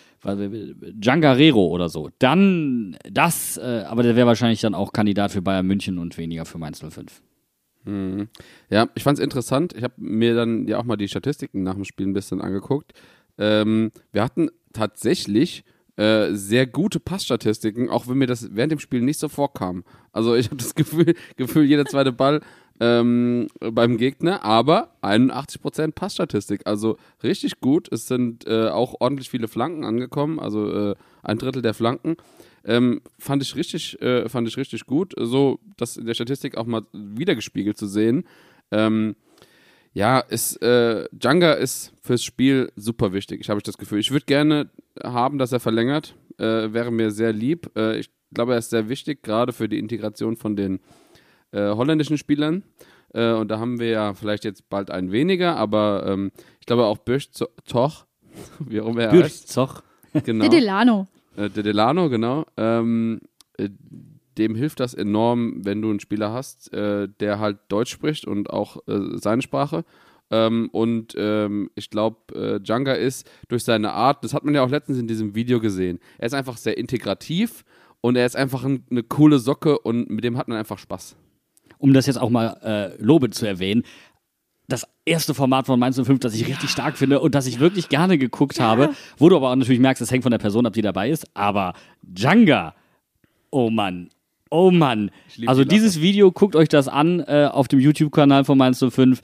Djangarero oder so, dann das, aber der wäre wahrscheinlich dann auch Kandidat für Bayern München und weniger für Mainz 05. Ja, ich fand es interessant. Ich habe mir dann ja auch mal die Statistiken nach dem Spiel ein bisschen angeguckt. Wir hatten tatsächlich sehr gute Passstatistiken, auch wenn mir das während dem Spiel nicht so vorkam. Also ich habe das Gefühl, jeder zweite Ball beim Gegner, aber 81% Passstatistik, also richtig gut. Es sind auch ordentlich viele Flanken angekommen, also ein Drittel der Flanken. Fand ich richtig gut, so das in der Statistik auch mal wiedergespiegelt zu sehen. Djanga ist fürs Spiel super wichtig, habe ich das Gefühl. Ich würde gerne haben, dass er verlängert, wäre mir sehr lieb. Ich glaube, er ist sehr wichtig, gerade für die Integration von den holländischen Spielern. Und da haben wir ja vielleicht jetzt bald einen weniger, aber ich glaube auch Bürch-Toch, wie auch immer er heißt. Bürch-Toch. Genau. De Delano, genau. Dem hilft das enorm, wenn du einen Spieler hast, der halt Deutsch spricht und auch seine Sprache. Ich glaube, Djanga ist durch seine Art, das hat man ja auch letztens in diesem Video gesehen, er ist einfach sehr integrativ und er ist einfach eine coole Socke und mit dem hat man einfach Spaß. Um das jetzt auch mal lobend zu erwähnen, das erste Format von Mainz 05, das ich richtig stark finde und das ich wirklich gerne geguckt habe, wo du aber auch natürlich merkst, es hängt von der Person ab, die dabei ist, aber Djanga, oh Mann. Also dieses Video, guckt euch das an auf dem YouTube-Kanal von Mainz 05,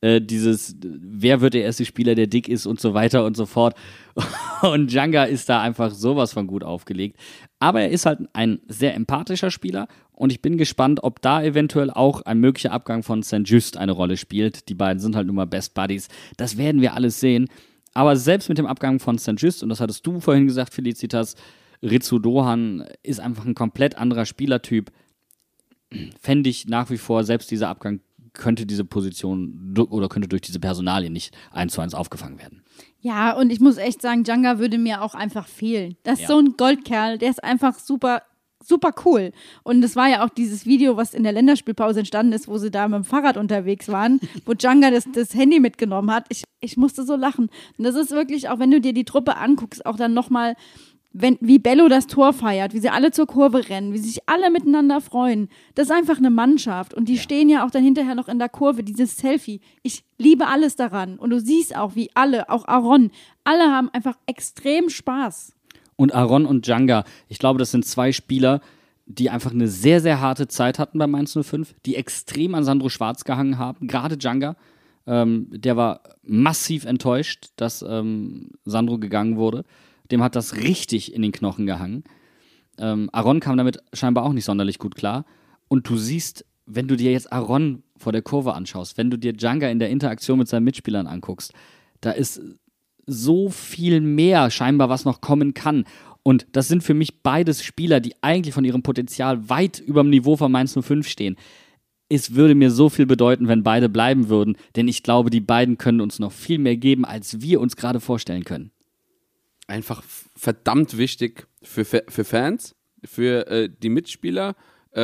wer wird der erste Spieler, der dick ist und so weiter und so fort. Und Djanga ist da einfach sowas von gut aufgelegt. Aber er ist halt ein sehr empathischer Spieler und ich bin gespannt, ob da eventuell auch ein möglicher Abgang von Saint-Just eine Rolle spielt. Die beiden sind halt nun mal Best Buddies. Das werden wir alles sehen. Aber selbst mit dem Abgang von Saint-Just, und das hattest du vorhin gesagt, Felicitas, Ritsu Dohan ist einfach ein komplett anderer Spielertyp. Fände ich nach wie vor, selbst dieser Abgang könnte diese Position oder könnte durch diese Personalien nicht 1:1 aufgefangen werden. Ja, und ich muss echt sagen, Djanga würde mir auch einfach fehlen. Das ist so ein Goldkerl, der ist einfach super, super cool. Und es war ja auch dieses Video, was in der Länderspielpause entstanden ist, wo sie da mit dem Fahrrad unterwegs waren, wo Djanga das Handy mitgenommen hat. Ich musste so lachen. Und das ist wirklich, auch wenn du dir die Truppe anguckst, auch dann nochmal, wie Bello das Tor feiert, wie sie alle zur Kurve rennen, wie sich alle miteinander freuen. Das ist einfach eine Mannschaft. Und die stehen ja auch dann hinterher noch in der Kurve, dieses Selfie. Ich liebe alles daran. Und du siehst auch, wie alle, auch Aaron, alle haben einfach extrem Spaß. Und Aaron und Djanga, ich glaube, das sind zwei Spieler, die einfach eine sehr, sehr harte Zeit hatten bei Mainz 05, die extrem an Sandro Schwarz gehangen haben. Gerade Djanga, der war massiv enttäuscht, dass Sandro gegangen wurde. Dem hat das richtig in den Knochen gehangen. Aaron kam damit scheinbar auch nicht sonderlich gut klar. Und du siehst, wenn du dir jetzt Aaron vor der Kurve anschaust, wenn du dir Djanga in der Interaktion mit seinen Mitspielern anguckst, da ist so viel mehr scheinbar, was noch kommen kann. Und das sind für mich beides Spieler, die eigentlich von ihrem Potenzial weit über dem Niveau von Mainz 05 stehen. Es würde mir so viel bedeuten, wenn beide bleiben würden, denn ich glaube, die beiden können uns noch viel mehr geben, als wir uns gerade vorstellen können. Einfach verdammt wichtig für Fans, für die Mitspieler.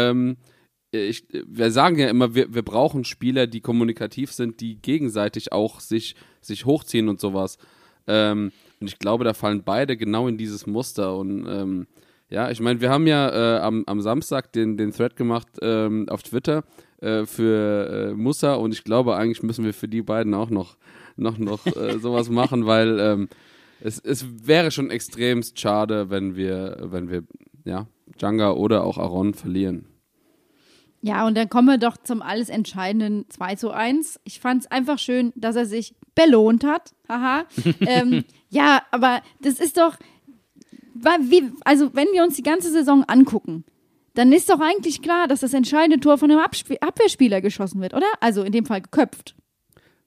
Wir sagen ja immer, wir brauchen Spieler, die kommunikativ sind, die gegenseitig auch sich hochziehen und sowas. Und ich glaube, da fallen beide genau in dieses Muster. Und ich meine, wir haben ja am Samstag den Thread gemacht auf Twitter für Musa und ich glaube, eigentlich müssen wir für die beiden auch noch sowas machen, weil es wäre schon extremst schade, wenn wir Djanga oder auch Aaron verlieren. Ja, und dann kommen wir doch zum alles entscheidenden 2:1. Ich fand es einfach schön, dass er sich belohnt hat. Haha. Ja, aber das ist doch, also wenn wir uns die ganze Saison angucken, dann ist doch eigentlich klar, dass das entscheidende Tor von einem Abwehrspieler geschossen wird, oder? Also in dem Fall geköpft.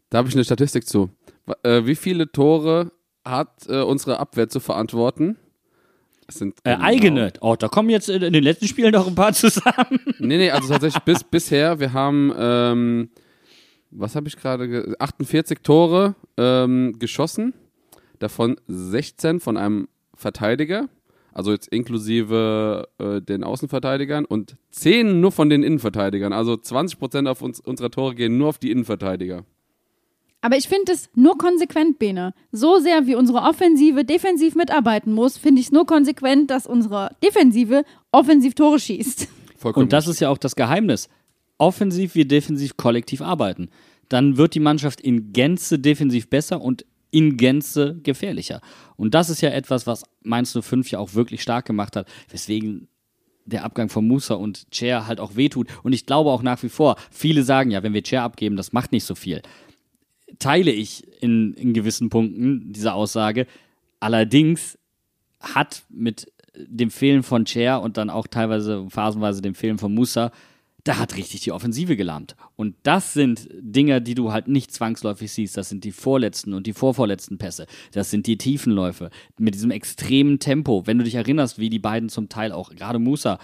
Da habe ich eine Statistik zu. Wie viele Tore hat unsere Abwehr zu verantworten? Das sind eigene. Oh, da kommen jetzt in den letzten Spielen noch ein paar zusammen. Nee, also tatsächlich bisher, wir haben, was habe ich gerade, 48 Tore geschossen, davon 16 von einem Verteidiger, also jetzt inklusive den Außenverteidigern und 10 nur von den Innenverteidigern, also 20% unserer Tore gehen nur auf die Innenverteidiger. Aber ich finde es nur konsequent, Bene. So sehr wie unsere Offensive defensiv mitarbeiten muss, finde ich es nur konsequent, dass unsere Defensive offensiv Tore schießt. Vollkommen. Und das ist ja auch das Geheimnis. Offensiv wie defensiv kollektiv arbeiten. Dann wird die Mannschaft in Gänze defensiv besser und in Gänze gefährlicher. Und das ist ja etwas, was Mainz 05 ja auch wirklich stark gemacht hat, weswegen der Abgang von Musa und Cher halt auch wehtut. Und ich glaube auch nach wie vor, viele sagen ja, wenn wir Cher abgeben, das macht nicht so viel. Teile ich in gewissen Punkten diese Aussage. Allerdings hat mit dem Fehlen von Cher und dann auch teilweise phasenweise dem Fehlen von Musa, da hat richtig die Offensive gelahmt. Und das sind Dinge, die du halt nicht zwangsläufig siehst. Das sind die vorletzten und die vorvorletzten Pässe. Das sind die Tiefenläufe mit diesem extremen Tempo. Wenn du dich erinnerst, wie die beiden zum Teil auch, gerade Musa,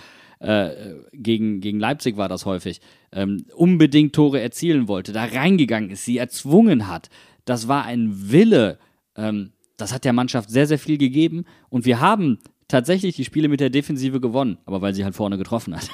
gegen Leipzig war das häufig, unbedingt Tore erzielen wollte, da reingegangen ist, sie erzwungen hat. Das war ein Wille. Das hat der Mannschaft sehr, sehr viel gegeben. Und wir haben tatsächlich die Spiele mit der Defensive gewonnen, aber weil sie halt vorne getroffen hat.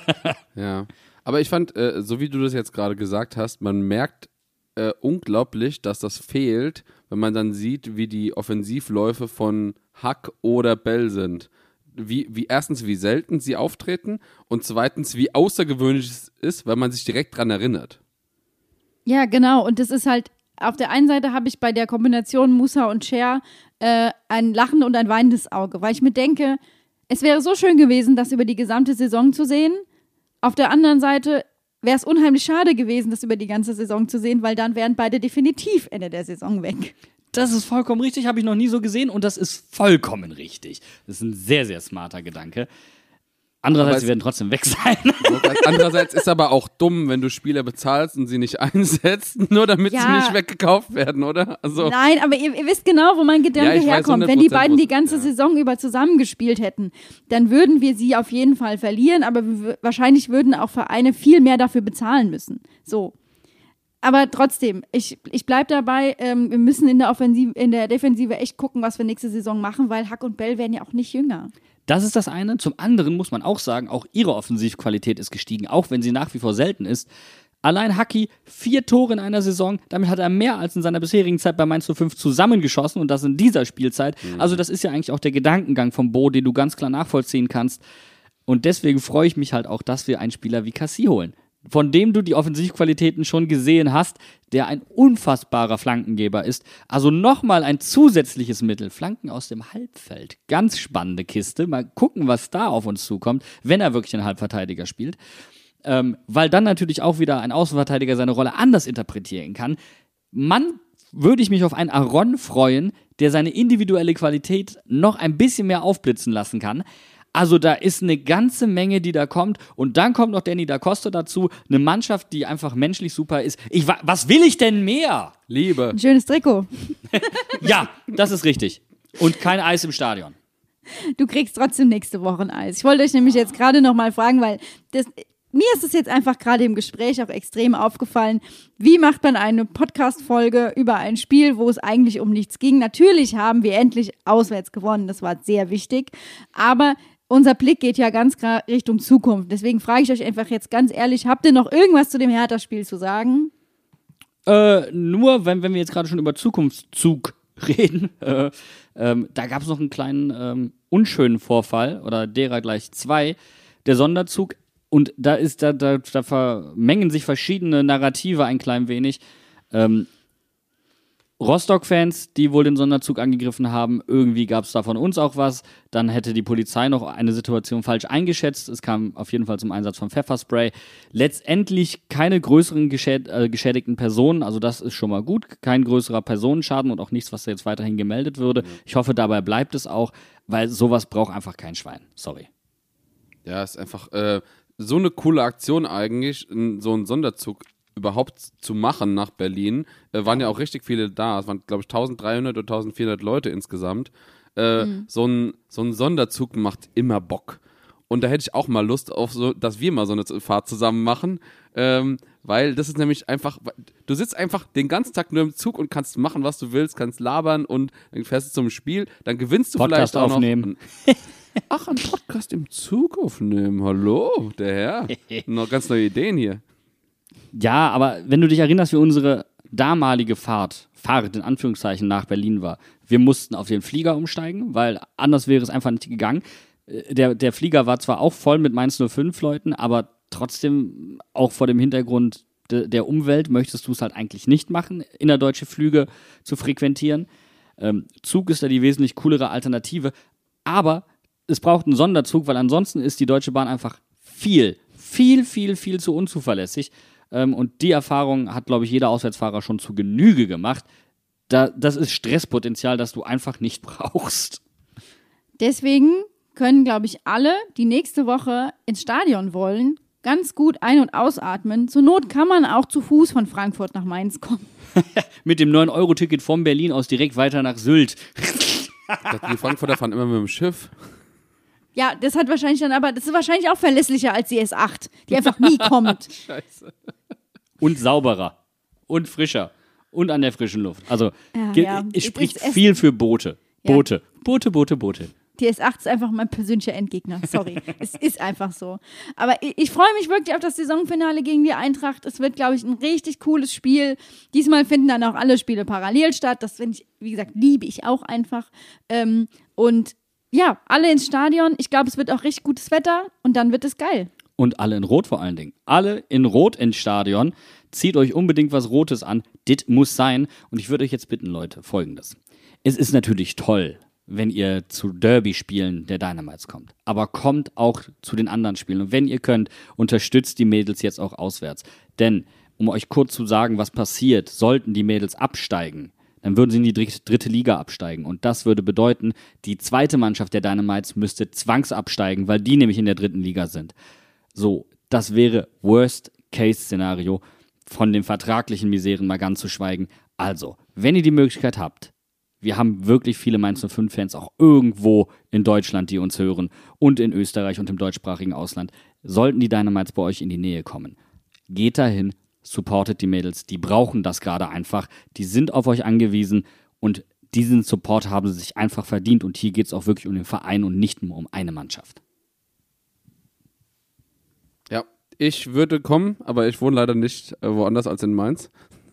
Ja, aber ich fand, so wie du das jetzt gerade gesagt hast, man merkt unglaublich, dass das fehlt, wenn man dann sieht, wie die Offensivläufe von Hack oder Bell sind. Wie erstens, wie selten sie auftreten und zweitens, wie außergewöhnlich es ist, weil man sich direkt dran erinnert. Ja, genau. Und das ist halt, auf der einen Seite habe ich bei der Kombination Musa und Cher ein lachendes und ein weinendes Auge, weil ich mir denke, es wäre so schön gewesen, das über die gesamte Saison zu sehen. Auf der anderen Seite wäre es unheimlich schade gewesen, das über die ganze Saison zu sehen, weil dann wären beide definitiv Ende der Saison weg. Das ist vollkommen richtig, habe ich noch nie so gesehen und das ist vollkommen richtig. Das ist ein sehr, sehr smarter Gedanke. Andererseits, sie werden trotzdem weg sein. Andererseits ist aber auch dumm, wenn du Spieler bezahlst und sie nicht einsetzt, nur damit sie nicht weggekauft werden, oder? Also nein, aber ihr wisst genau, wo mein Gedanke herkommt. Wenn die beiden die ganze Saison über zusammengespielt hätten, dann würden wir sie auf jeden Fall verlieren, aber wahrscheinlich würden auch Vereine viel mehr dafür bezahlen müssen. So. Aber trotzdem, ich bleibe dabei, wir müssen in der Defensive echt gucken, was wir nächste Saison machen, weil Hack und Bell werden ja auch nicht jünger. Das ist das eine. Zum anderen muss man auch sagen, auch ihre Offensivqualität ist gestiegen, auch wenn sie nach wie vor selten ist. Allein Hacki, 4 Tore in einer Saison, damit hat er mehr als in seiner bisherigen Zeit bei Mainz 05 zusammengeschossen und das in dieser Spielzeit. Also das ist ja eigentlich auch der Gedankengang von Bo, den du ganz klar nachvollziehen kannst. Und deswegen freue ich mich halt auch, dass wir einen Spieler wie Cassie holen, von dem du die Offensivqualitäten schon gesehen hast, der ein unfassbarer Flankengeber ist. Also nochmal ein zusätzliches Mittel. Flanken aus dem Halbfeld. Ganz spannende Kiste. Mal gucken, was da auf uns zukommt, wenn er wirklich einen Halbverteidiger spielt. Weil dann natürlich auch wieder ein Außenverteidiger seine Rolle anders interpretieren kann. Würde ich mich auf einen Aron freuen, der seine individuelle Qualität noch ein bisschen mehr aufblitzen lassen kann. Also da ist eine ganze Menge, die da kommt. Und dann kommt noch Danny da Costa dazu. Eine Mannschaft, die einfach menschlich super ist. Was will ich denn mehr? Liebe. Ein schönes Trikot. Ja, das ist richtig. Und kein Eis im Stadion. Du kriegst trotzdem nächste Woche ein Eis. Ich wollte euch nämlich jetzt gerade noch mal fragen, weil mir ist es jetzt einfach gerade im Gespräch auch extrem aufgefallen, wie macht man eine Podcast-Folge über ein Spiel, wo es eigentlich um nichts ging. Natürlich haben wir endlich auswärts gewonnen, das war sehr wichtig, aber unser Blick geht ja ganz klar Richtung Zukunft. Deswegen frage ich euch einfach jetzt ganz ehrlich, habt ihr noch irgendwas zu dem Hertha-Spiel zu sagen? Nur, wenn wir jetzt gerade schon über Zukunftszug reden, da gab es noch einen kleinen unschönen Vorfall, oder derer gleich 2, der Sonderzug. Und da vermengen sich verschiedene Narrative ein klein wenig. Rostock-Fans, die wohl den Sonderzug angegriffen haben, irgendwie gab es da von uns auch was. Dann hätte die Polizei noch eine Situation falsch eingeschätzt. Es kam auf jeden Fall zum Einsatz von Pfefferspray. Letztendlich keine größeren geschädigten Personen, also das ist schon mal gut. Kein größerer Personenschaden und auch nichts, was jetzt weiterhin gemeldet würde. Ich hoffe, dabei bleibt es auch, weil sowas braucht einfach kein Schwein. Sorry. Ja, ist einfach so eine coole Aktion eigentlich, so einen Sonderzug überhaupt zu machen nach Berlin, waren ja auch richtig viele da. Es waren, glaube ich, 1300 oder 1400 Leute insgesamt. So ein Sonderzug macht immer Bock. Und da hätte ich auch mal Lust auf so, dass wir mal so eine Fahrt zusammen machen, weil das ist nämlich einfach, du sitzt einfach den ganzen Tag nur im Zug und kannst machen, was du willst, kannst labern und dann fährst du zum Spiel, dann gewinnst du Podcast vielleicht auch aufnehmen. noch. Ach, einen Podcast im Zug aufnehmen, hallo, der Herr. Noch ganz neue Ideen hier. Ja, aber wenn du dich erinnerst, wie unsere damalige Fahrt in Anführungszeichen nach Berlin war, wir mussten auf den Flieger umsteigen, weil anders wäre es einfach nicht gegangen. Der Flieger war zwar auch voll mit Mainz 05 Leuten, aber trotzdem auch vor dem Hintergrund der Umwelt möchtest du es halt eigentlich nicht machen, innerdeutsche Flüge zu frequentieren. Zug ist da die wesentlich coolere Alternative, aber es braucht einen Sonderzug, weil ansonsten ist die Deutsche Bahn einfach viel zu unzuverlässig. Und die Erfahrung hat, glaube ich, jeder Auswärtsfahrer schon zu Genüge gemacht. Das ist Stresspotenzial, das du einfach nicht brauchst. Deswegen können, glaube ich, alle, die nächste Woche ins Stadion wollen, ganz gut ein- und ausatmen. Zur Not kann man auch zu Fuß von Frankfurt nach Mainz kommen. Mit dem 9-Euro-Ticket von Berlin aus direkt weiter nach Sylt. Die Frankfurter fahren immer mit dem Schiff. Ja, das ist wahrscheinlich auch verlässlicher als die S8, die einfach nie kommt. Scheiße. Und sauberer. Und frischer. Und an der frischen Luft. Also, es spricht es viel für Boote. Ja. Boote. Die S8 ist einfach mein persönlicher Endgegner, sorry. Es ist einfach so. Aber ich freue mich wirklich auf das Saisonfinale gegen die Eintracht. Es wird, glaube ich, ein richtig cooles Spiel. Diesmal finden dann auch alle Spiele parallel statt. Das finde ich, wie gesagt, liebe ich auch einfach. Und ja, alle ins Stadion. Ich glaube, es wird auch richtig gutes Wetter und dann wird es geil. Und alle in Rot vor allen Dingen. Alle in Rot ins Stadion. Zieht euch unbedingt was Rotes an. Dit muss sein. Und ich würde euch jetzt bitten, Leute, Folgendes. Es ist natürlich toll, wenn ihr zu Derby-Spielen der Dynamites kommt. Aber kommt auch zu den anderen Spielen. Und wenn ihr könnt, unterstützt die Mädels jetzt auch auswärts. Denn, um euch kurz zu sagen, was passiert, sollten die Mädels absteigen, dann würden sie in die dritte Liga absteigen. Und das würde bedeuten, die zweite Mannschaft der Dynamites müsste zwangsabsteigen, weil die nämlich in der dritten Liga sind. So, das wäre Worst-Case-Szenario, von den vertraglichen Miseren mal ganz zu schweigen. Also, wenn ihr die Möglichkeit habt, wir haben wirklich viele Mainz 05-Fans auch irgendwo in Deutschland, die uns hören und in Österreich und im deutschsprachigen Ausland. Sollten die Dynamites bei euch in die Nähe kommen, geht dahin, supportet die Mädels, die brauchen das gerade einfach, die sind auf euch angewiesen und diesen Support haben sie sich einfach verdient und hier geht es auch wirklich um den Verein und nicht nur um eine Mannschaft. Ja, ich würde kommen, aber ich wohne leider nicht woanders als in Mainz.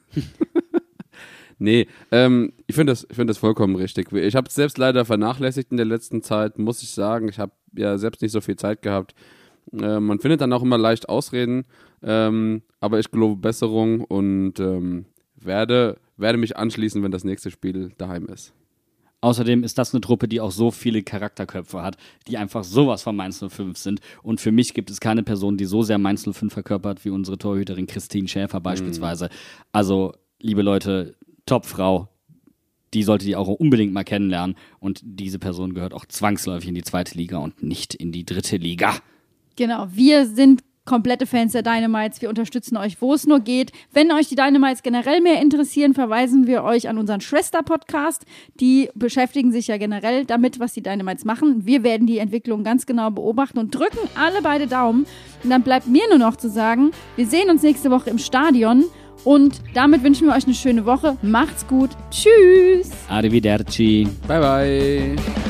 Nee, ich finde das vollkommen richtig. Ich habe es selbst leider vernachlässigt in der letzten Zeit, muss ich sagen. Ich habe ja selbst nicht so viel Zeit gehabt. Man findet dann auch immer leicht Ausreden, aber ich glaube Besserung und werde mich anschließen, wenn das nächste Spiel daheim ist. Außerdem ist das eine Truppe, die auch so viele Charakterköpfe hat, die einfach sowas von Mainz 05 sind. Und für mich gibt es keine Person, die so sehr Mainz 05 verkörpert wie unsere Torhüterin Christine Schäfer beispielsweise. Also, liebe Leute, Top-Frau, die solltet ihr auch unbedingt mal kennenlernen. Und diese Person gehört auch zwangsläufig in die zweite Liga und nicht in die dritte Liga. Genau, wir sind komplette Fans der Dynamites. Wir unterstützen euch, wo es nur geht. Wenn euch die Dynamites generell mehr interessieren, verweisen wir euch an unseren Schwester-Podcast. Die beschäftigen sich ja generell damit, was die Dynamites machen. Wir werden die Entwicklung ganz genau beobachten und drücken alle beide Daumen. Und dann bleibt mir nur noch zu sagen, wir sehen uns nächste Woche im Stadion. Und damit wünschen wir euch eine schöne Woche. Macht's gut. Tschüss. Arrivederci. Bye, bye.